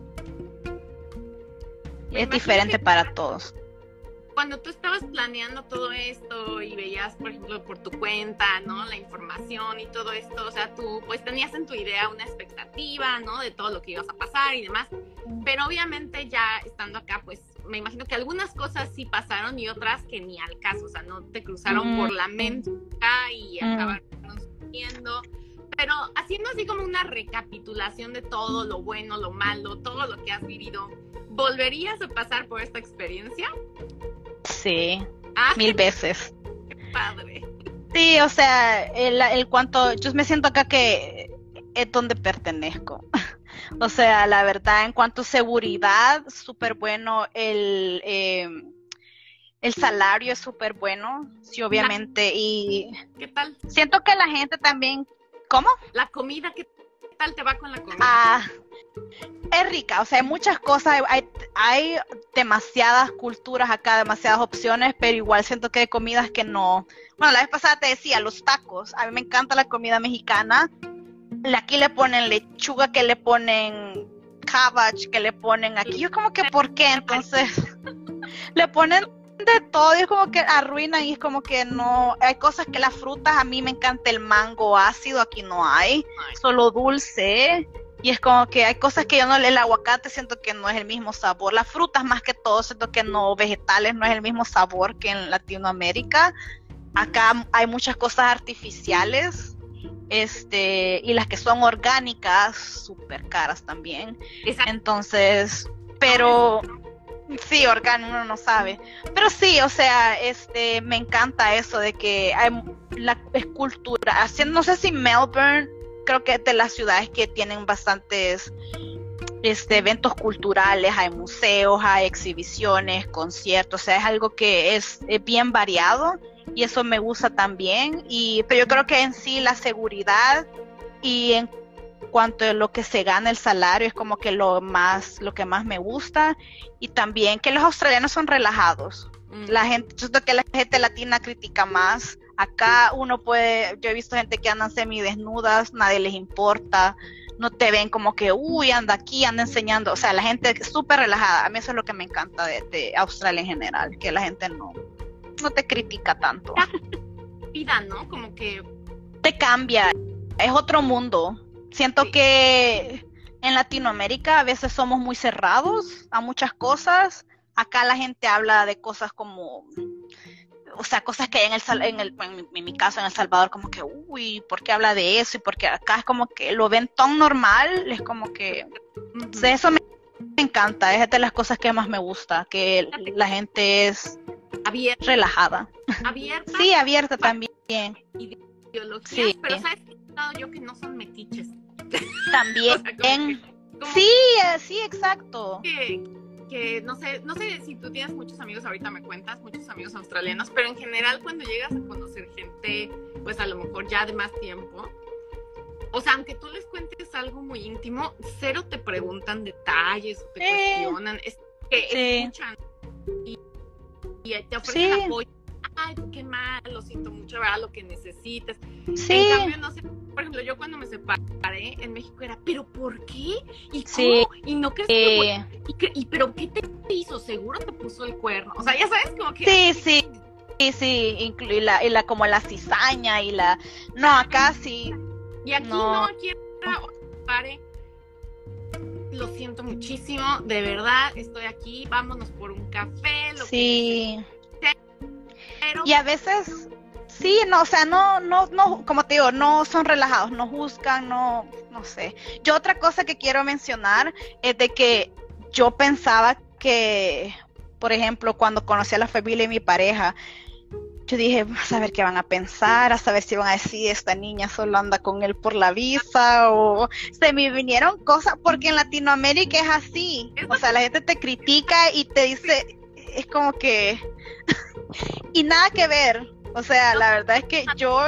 es diferente para todos. Cuando tú estabas planeando todo esto y veías, por ejemplo, por tu cuenta, ¿no? La información y todo esto, o sea, tú pues tenías en tu idea una expectativa, ¿no? De todo lo que ibas a pasar y demás, pero obviamente ya estando acá, pues me imagino que algunas cosas sí pasaron y otras que ni al caso, o sea, no te cruzaron mm. por la mente y mm. acabaron sucediendo. Pero haciendo así como una recapitulación de todo lo bueno, lo malo, todo lo que has vivido, ¿volverías a pasar por esta experiencia? Sí, ah, mil veces. Qué padre. Sí, o sea, el, el cuanto, yo me siento acá que es donde pertenezco. O sea, la verdad, en cuanto a seguridad, súper bueno. El, eh, el salario es súper bueno, sí, obviamente. Y ¿qué tal? Siento que la gente también... ¿Cómo? La comida, ¿qué tal te va con la comida? Ah, es rica, o sea, hay muchas cosas, hay, hay demasiadas culturas acá, demasiadas opciones, pero igual siento que hay comidas que no... Bueno, la vez pasada te decía, los tacos, a mí me encanta la comida mexicana, aquí le ponen lechuga, que le ponen cabbage, que le ponen aquí, yo como que, ¿por qué? Entonces, le ponen... de todo y es como que arruinan y es como que no, hay cosas que las frutas, a mí me encanta el mango ácido, aquí no hay, solo dulce y es como que hay cosas que yo no, el aguacate siento que no es el mismo sabor, las frutas más que todo siento que no, vegetales no es el mismo sabor que en Latinoamérica, acá hay muchas cosas artificiales este y las que son orgánicas súper caras también. Exacto. Entonces, pero sí, orgánico, uno no sabe. Pero sí, o sea, este, me encanta eso de que hay la escultura. Así, no sé si Melbourne, creo que es de las ciudades que tienen bastantes este, eventos culturales, hay museos, hay exhibiciones, conciertos, o sea, es algo que es, es bien variado y eso me gusta también, y, pero yo creo que en sí la seguridad y en cuanto a lo que se gana el salario es como que lo más, lo que más me gusta, y también que los australianos son relajados. Mm. La gente, yo creo que la gente latina critica más. Acá uno puede, yo he visto gente que andan semidesnudas, nadie les importa, no te ven como que, uy, anda aquí, anda enseñando, o sea, la gente es súper relajada. A mí eso es lo que me encanta de, de Australia en general, que la gente no, no te critica tanto. Vida, ¿no? Como que te cambia, es otro mundo. Siento sí. que en Latinoamérica a veces somos muy cerrados a muchas cosas. Acá la gente habla de cosas como, o sea, cosas que hay en, el, en, el, en, mi, en mi caso en El Salvador, como que, uy, ¿por qué habla de eso? Y porque acá es como que lo ven tan normal, es como que, uh-huh. o sea, eso me, me encanta, es de las cosas que más me gusta, que la gente es abierta, relajada. Abierta. Sí, abierta también. Ideologías, sí. Pero sabes que yo que no son metiches. También. O sea, que, sí, que, sí, exacto. Que, que no sé, no sé si tú tienes muchos amigos, ahorita me cuentas, muchos amigos australianos, pero en general cuando llegas a conocer gente, pues a lo mejor ya de más tiempo, o sea, aunque tú les cuentes algo muy íntimo, cero te preguntan detalles, o te eh, cuestionan, es que sí. escuchan y, y te ofrecen sí. apoyo. Ay, qué mal, lo siento mucho, ¿verdad? Lo que necesites. Sí. En cambio, no sé, por ejemplo, yo cuando me separé en México era, ¿pero por qué? ¿Y cómo? Sí. ¿Y no crees que ¿Y, ¿Y pero qué te hizo? Seguro te puso el cuerno. O sea, ya sabes, como que... Sí, sí, sí, sí, y la, y la como la cizaña y la... No, acá sí. Y aquí no, no aquí era, pare. Lo siento muchísimo, de verdad, estoy aquí, vámonos por un café. Lo sí. Que... Pero... Y a veces, sí, no, o sea, no, no, no, como te digo, no son relajados, no juzgan, no, no sé. Yo otra cosa que quiero mencionar es de que yo pensaba que, por ejemplo, cuando conocí a la familia y mi pareja, yo dije, a saber qué van a pensar, a saber si van a decir, esta niña solo anda con él por la visa, o se me vinieron cosas, porque en Latinoamérica es así, o sea, la gente te critica y te dice, es como que... y nada que ver, o sea, la verdad es que yo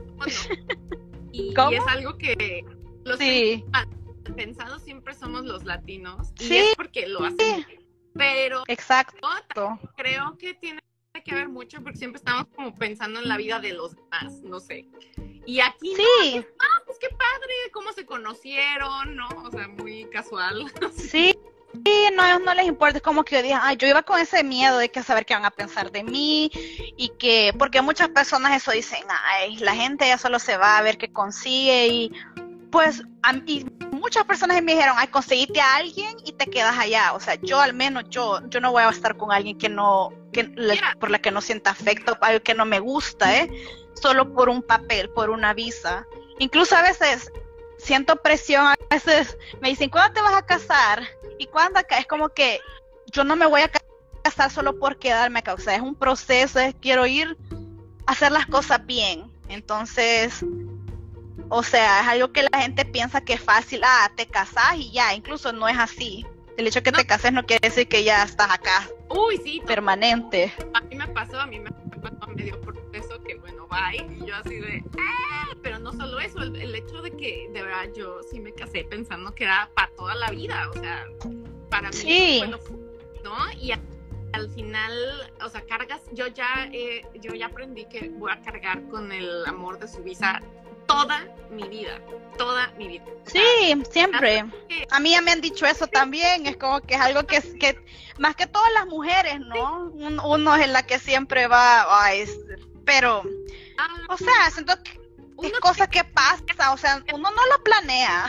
y, y es algo que los sí. pensados siempre somos los latinos y sí. es porque lo hacemos, sí. pero exacto, creo que tiene que ver mucho porque siempre estamos como pensando en la vida de los demás, no sé, y aquí sí. no, ah, pues qué padre, cómo se conocieron, ¿no? O sea, muy casual. Sí. Sí, no, a ellos no les importa, es como que yo dije, ay, yo iba con ese miedo de que saber qué van a pensar de mí, y que, porque muchas personas eso dicen, ay, la gente ya solo se va a ver qué consigue, y pues, a, y muchas personas me dijeron, ay, conseguiste a alguien y te quedas allá, o sea, yo al menos, yo, yo no voy a estar con alguien que no, que, le, por la que no sienta afecto, algo que no me gusta, ¿eh? Solo por un papel, por una visa, incluso a veces... siento presión, a veces me dicen, ¿cuándo te vas a casar? ¿Y cuándo acá? Es como que yo no me voy a casar solo por quedarme acá, o sea, es un proceso, es, quiero ir a hacer las cosas bien, entonces, o sea, es algo que la gente piensa que es fácil, ah, te casas y ya, incluso no es así, el hecho de que no. te cases no quiere decir que ya estás acá. Uy, sí. Permanente. A mí me pasó, a mí me pasó medio proceso que bueno, bye, y yo así de, ¡ah! Pero no solo eso, el, el hecho de que de verdad yo sí me casé pensando que era para toda la vida, o sea, para mí, sí. bueno, ¿no? Y a, al final, o sea, cargas, yo ya, eh, yo ya aprendí que voy a cargar con el amor de su visa toda mi vida, toda mi vida. O sí, sea, siempre. Que... A mí ya me han dicho eso también, es como que es algo que, que más que todas las mujeres, ¿no? Sí. Un, uno es la que siempre va, ay, pero, ah, o sea, siento que es cosa que pasa, o sea, uno no lo planea.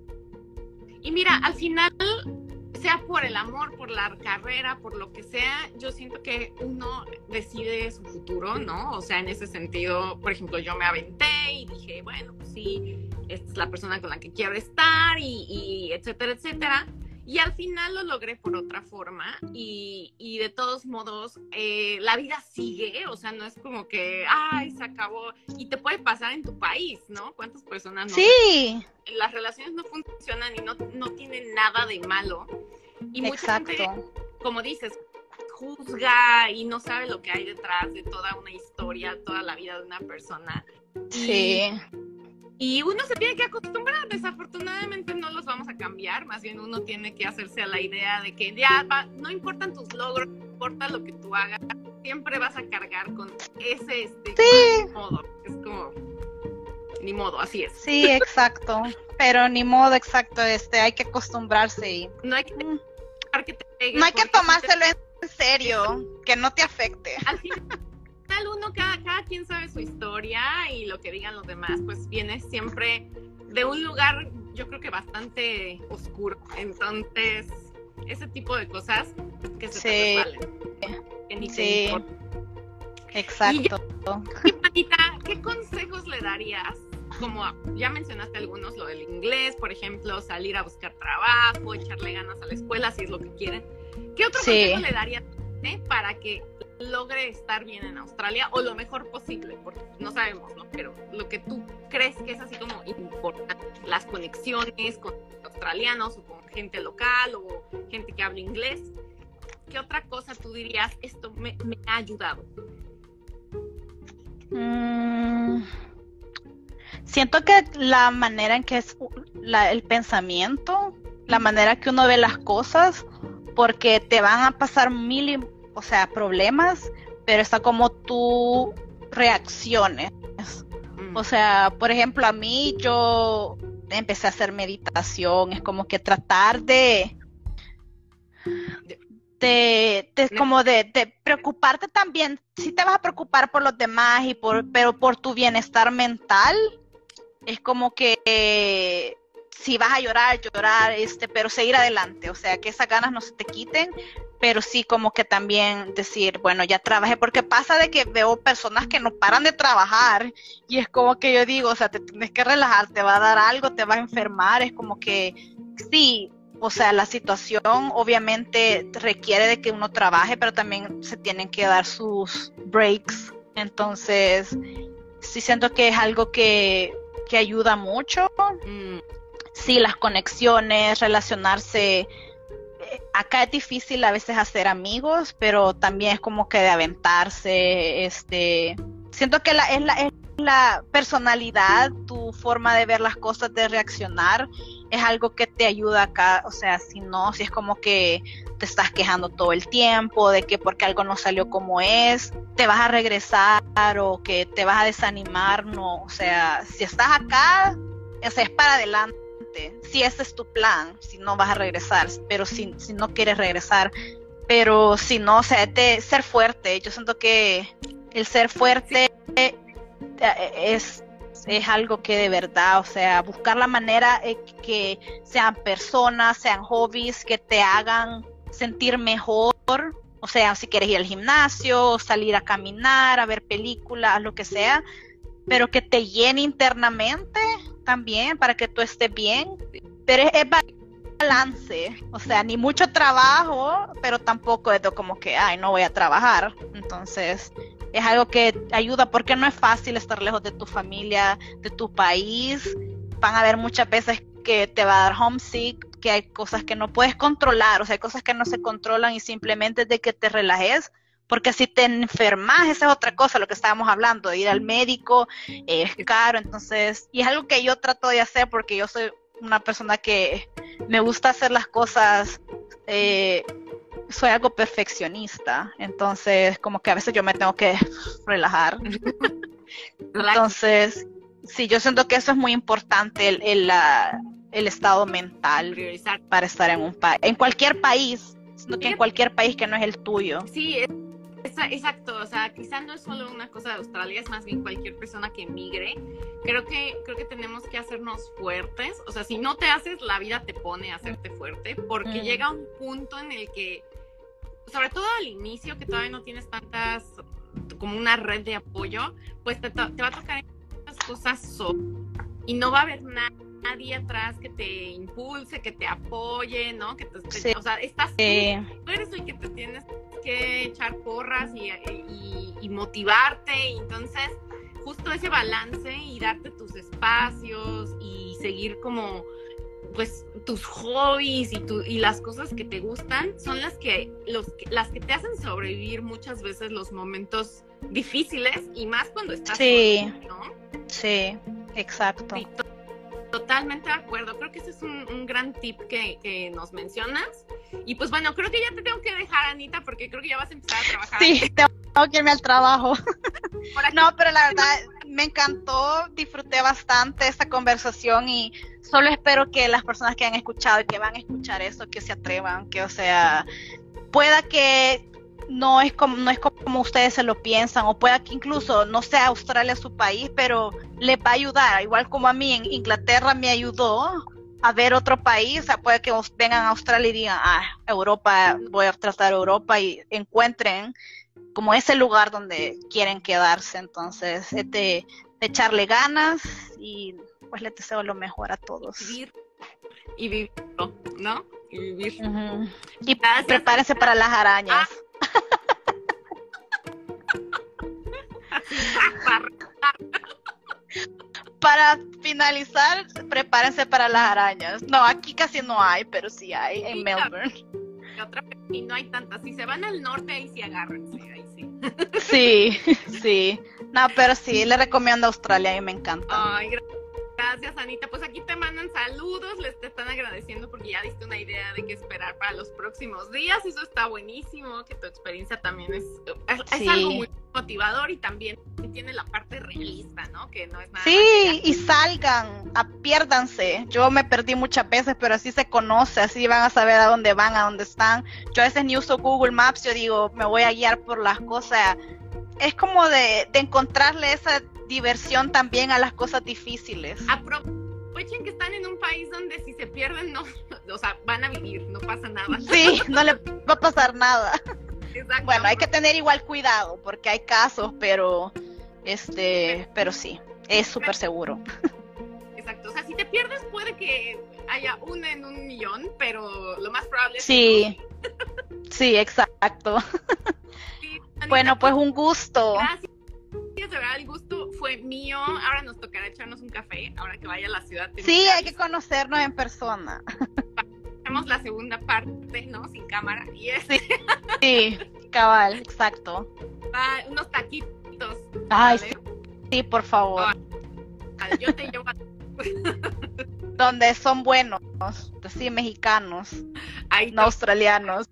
Y mira, al final, sea por el amor, por la carrera, por lo que sea, yo siento que uno decide su futuro, ¿no? O sea, en ese sentido, por ejemplo, yo me aventé y dije, bueno, pues sí, esta es la persona con la que quiero estar y, y etcétera, etcétera. Y al final lo logré por otra forma y, y de todos modos eh, la vida sigue, o sea, no es como que, ay, se acabó. Y te puede pasar en tu país, ¿no? ¿Cuántas personas no? Sí. Las relaciones no funcionan y no, no tienen nada de malo. Y mucha Exacto. gente, como dices, juzga y no sabe lo que hay detrás de toda una historia, toda la vida de una persona. Sí. Y, y uno se tiene que acostumbrar, desafortunadamente no los vamos a cambiar, más bien uno tiene que hacerse a la idea de que ya va, no importan tus logros, no importa lo que tú hagas, siempre vas a cargar con ese este, sí. modo. Es como, ni modo, así es. Sí, exacto. Pero ni modo, exacto, este, hay que acostumbrarse y no hay que, que te pegue, no hay que tomárselo en serio, que no te afecte. Al final uno, cada, cada quien sabe su historia y lo que digan los demás, pues viene siempre de un lugar, yo creo que bastante oscuro. Entonces, ese tipo de cosas que se sí. te resbalen. Que ni sí. te exacto. Y, Panita, ¿qué consejos le darías? Como ya mencionaste algunos, lo del inglés, por ejemplo, salir a buscar trabajo, echarle ganas a la escuela si es lo que quieren. ¿Qué otro sí. consejo le darías eh, para que logre estar bien en Australia o lo mejor posible? Porque no sabemos, ¿no? Pero lo que tú crees que es así como importante, las conexiones con australianos o con gente local o gente que habla inglés. ¿Qué otra cosa tú dirías, esto me, me ha ayudado? Mm, siento que la manera en que es la, el pensamiento, la manera que uno ve las cosas, porque te van a pasar mil, o sea, problemas, pero está como tú reacciones. Mm. O sea, por ejemplo, a mí yo empecé a hacer meditación, es como que tratar de... De, de, como de, de preocuparte también, sí te vas a preocupar por los demás, y por, pero por tu bienestar mental, es como que eh, si vas a llorar, llorar, este, pero seguir adelante, o sea, que esas ganas no se te quiten, pero sí como que también decir, bueno, ya trabajé, porque pasa de que veo personas que no paran de trabajar, y es como que yo digo, o sea, te tienes que relajar, te va a dar algo, te vas a enfermar, es como que sí. O sea, la situación obviamente requiere de que uno trabaje, pero también se tienen que dar sus breaks. Entonces, sí siento que es algo que, que ayuda mucho. Mm. Sí, las conexiones, relacionarse. Acá es difícil a veces hacer amigos, pero también es como que de aventarse. Este, siento que la, es, la, es la personalidad, tu forma de ver las cosas, de reaccionar, es algo que te ayuda acá. O sea, si no, si es como que te estás quejando todo el tiempo de que porque algo no salió como es, te vas a regresar o que te vas a desanimar, no. O sea, si estás acá, o sea, es para adelante. Si ese es tu plan, si no vas a regresar, pero si, si no quieres regresar, pero si no, o sea, es de ser fuerte. Yo siento que el ser fuerte es, es algo que de verdad, o sea, buscar la manera eh, que sean personas, sean hobbies que te hagan sentir mejor. O sea, si quieres ir al gimnasio, salir a caminar, a ver películas, lo que sea, pero que te llene internamente también para que tú estés bien. Pero es, es balance, o sea, ni mucho trabajo, pero tampoco es de como que, ay, no voy a trabajar. Entonces, es algo que ayuda, porque no es fácil estar lejos de tu familia, de tu país. Van a haber muchas veces que te va a dar homesick, que hay cosas que no puedes controlar, o sea, hay cosas que no se controlan y simplemente es de que te relajes, porque si te enfermas, esa es otra cosa, lo que estábamos hablando, de ir al médico, eh, es caro. Entonces, y es algo que yo trato de hacer porque yo soy una persona que me gusta hacer las cosas, eh, soy algo perfeccionista, entonces como que a veces yo me tengo que relajar. Entonces, sí, yo siento que eso es muy importante, el, el, la, el estado mental para estar en un país, en cualquier país, sino que en cualquier país que no es el tuyo. Sí, es, es, exacto, o sea, quizá no es solo una cosa de Australia, es más bien cualquier persona que emigre. Creo que, creo que tenemos que hacernos fuertes, o sea, si no te haces, la vida te pone a hacerte fuerte, porque mm. llega un punto en el que, sobre todo al inicio, que todavía no tienes tantas, como una red de apoyo, pues te, te va a tocar muchas cosas solo, y no va a haber nada. Nadie atrás que te impulse, que te apoye, ¿no? Que te, sí. O sea, estás sí. tú, tú eres el que te tienes que echar porras y, y, y motivarte, y entonces justo ese balance y darte tus espacios y seguir como pues tus hobbies y, tu, y las cosas que te gustan son las que, los, las que te hacen sobrevivir muchas veces los momentos difíciles y más cuando estás sí, solo, ¿no? Sí, exacto. Sí, to- totalmente de acuerdo. Creo que ese es un, un gran tip que, que nos mencionas. Y pues bueno, creo que ya te tengo que dejar, Anita, porque creo que ya vas a empezar a trabajar. Sí, tengo que irme al trabajo. Por aquí. No, pero la verdad me encantó, disfruté bastante esta conversación y solo espero que las personas que han escuchado y que van a escuchar esto, que se atrevan, que o sea, pueda que no es como, no es como ustedes se lo piensan, o pueda que incluso no sea Australia su país, pero les va a ayudar, igual como a mí en Inglaterra me ayudó a ver otro país. O sea, puede que vengan a Australia y digan, ah, Europa, voy a tratar Europa, y encuentren como ese lugar donde quieren quedarse. Entonces, es de, de echarle ganas y pues les deseo lo mejor a todos. Vivir y vivir, ¿no? Y vivir. Uh-huh. Y Gracias. Prepárense para las arañas. Ah. Para finalizar, prepárense para las arañas. No, aquí casi no hay, pero sí hay en Sí, Melbourne. Otra, y no hay tantas. Si se van al norte, ahí sí agárrense, ahí sí. Sí, sí. No, pero sí, le recomiendo Australia y me encanta. Ay, gracias, Anita. Pues aquí te mandan saludos, les te están agradeciendo porque ya diste una idea de qué esperar para los próximos días. Eso está buenísimo, que tu experiencia también es, es, Sí. es algo muy motivador y también tiene la parte realista, ¿no? Que no es nada. Sí, y salgan, apiérdanse. Yo me perdí muchas veces, pero así se conoce, así van a saber a dónde van, a dónde están. Yo a veces ni uso Google Maps, yo digo, me voy a guiar por las cosas. Es como de, de encontrarle esa diversión también a las cosas difíciles. Aprovechen que están en un país donde si se pierden, no, o sea, van a vivir, no pasa nada. Sí, no le va a pasar nada. Exacto. Bueno, hay que tener igual cuidado porque hay casos, pero este, pero sí, es súper seguro. Exacto, o sea, si te pierdes puede que haya una en un millón, pero lo más probable es sí, que no. Sí, exacto. Sí, Anita, bueno, pues un gusto. Gracias, de verdad, el gusto fue mío. Ahora nos tocará echarnos un café, ahora que vaya a la ciudad. Sí, hay que conocernos en persona. Hacemos la segunda parte, ¿no? Sin cámara. Y es Sí, sí, cabal, exacto. ah, unos taquitos. Ay, ¿vale? sí, sí, por favor. Ah, yo te llevo a... Donde son buenos, sí, mexicanos, Ahí no australianos.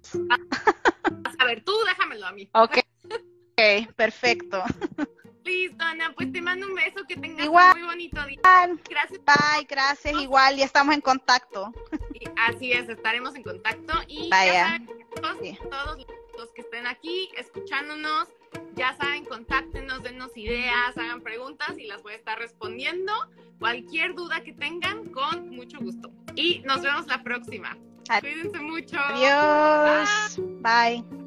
A ver, tú déjamelo a mí. Ok, okay, perfecto. Listo, Ana, pues te mando un beso, que tengas Igual. un muy bonito día. Gracias. Bye, gracias, igual, y estamos en contacto. Y así es, estaremos en contacto. Y Vaya. ya saben, todos, Sí. todos los que estén aquí escuchándonos, ya saben, contáctenos, dennos ideas, hagan preguntas y las voy a estar respondiendo. Cualquier duda que tengan, con mucho gusto. Y nos vemos la próxima. Ad- Cuídense mucho. Adiós. Bye.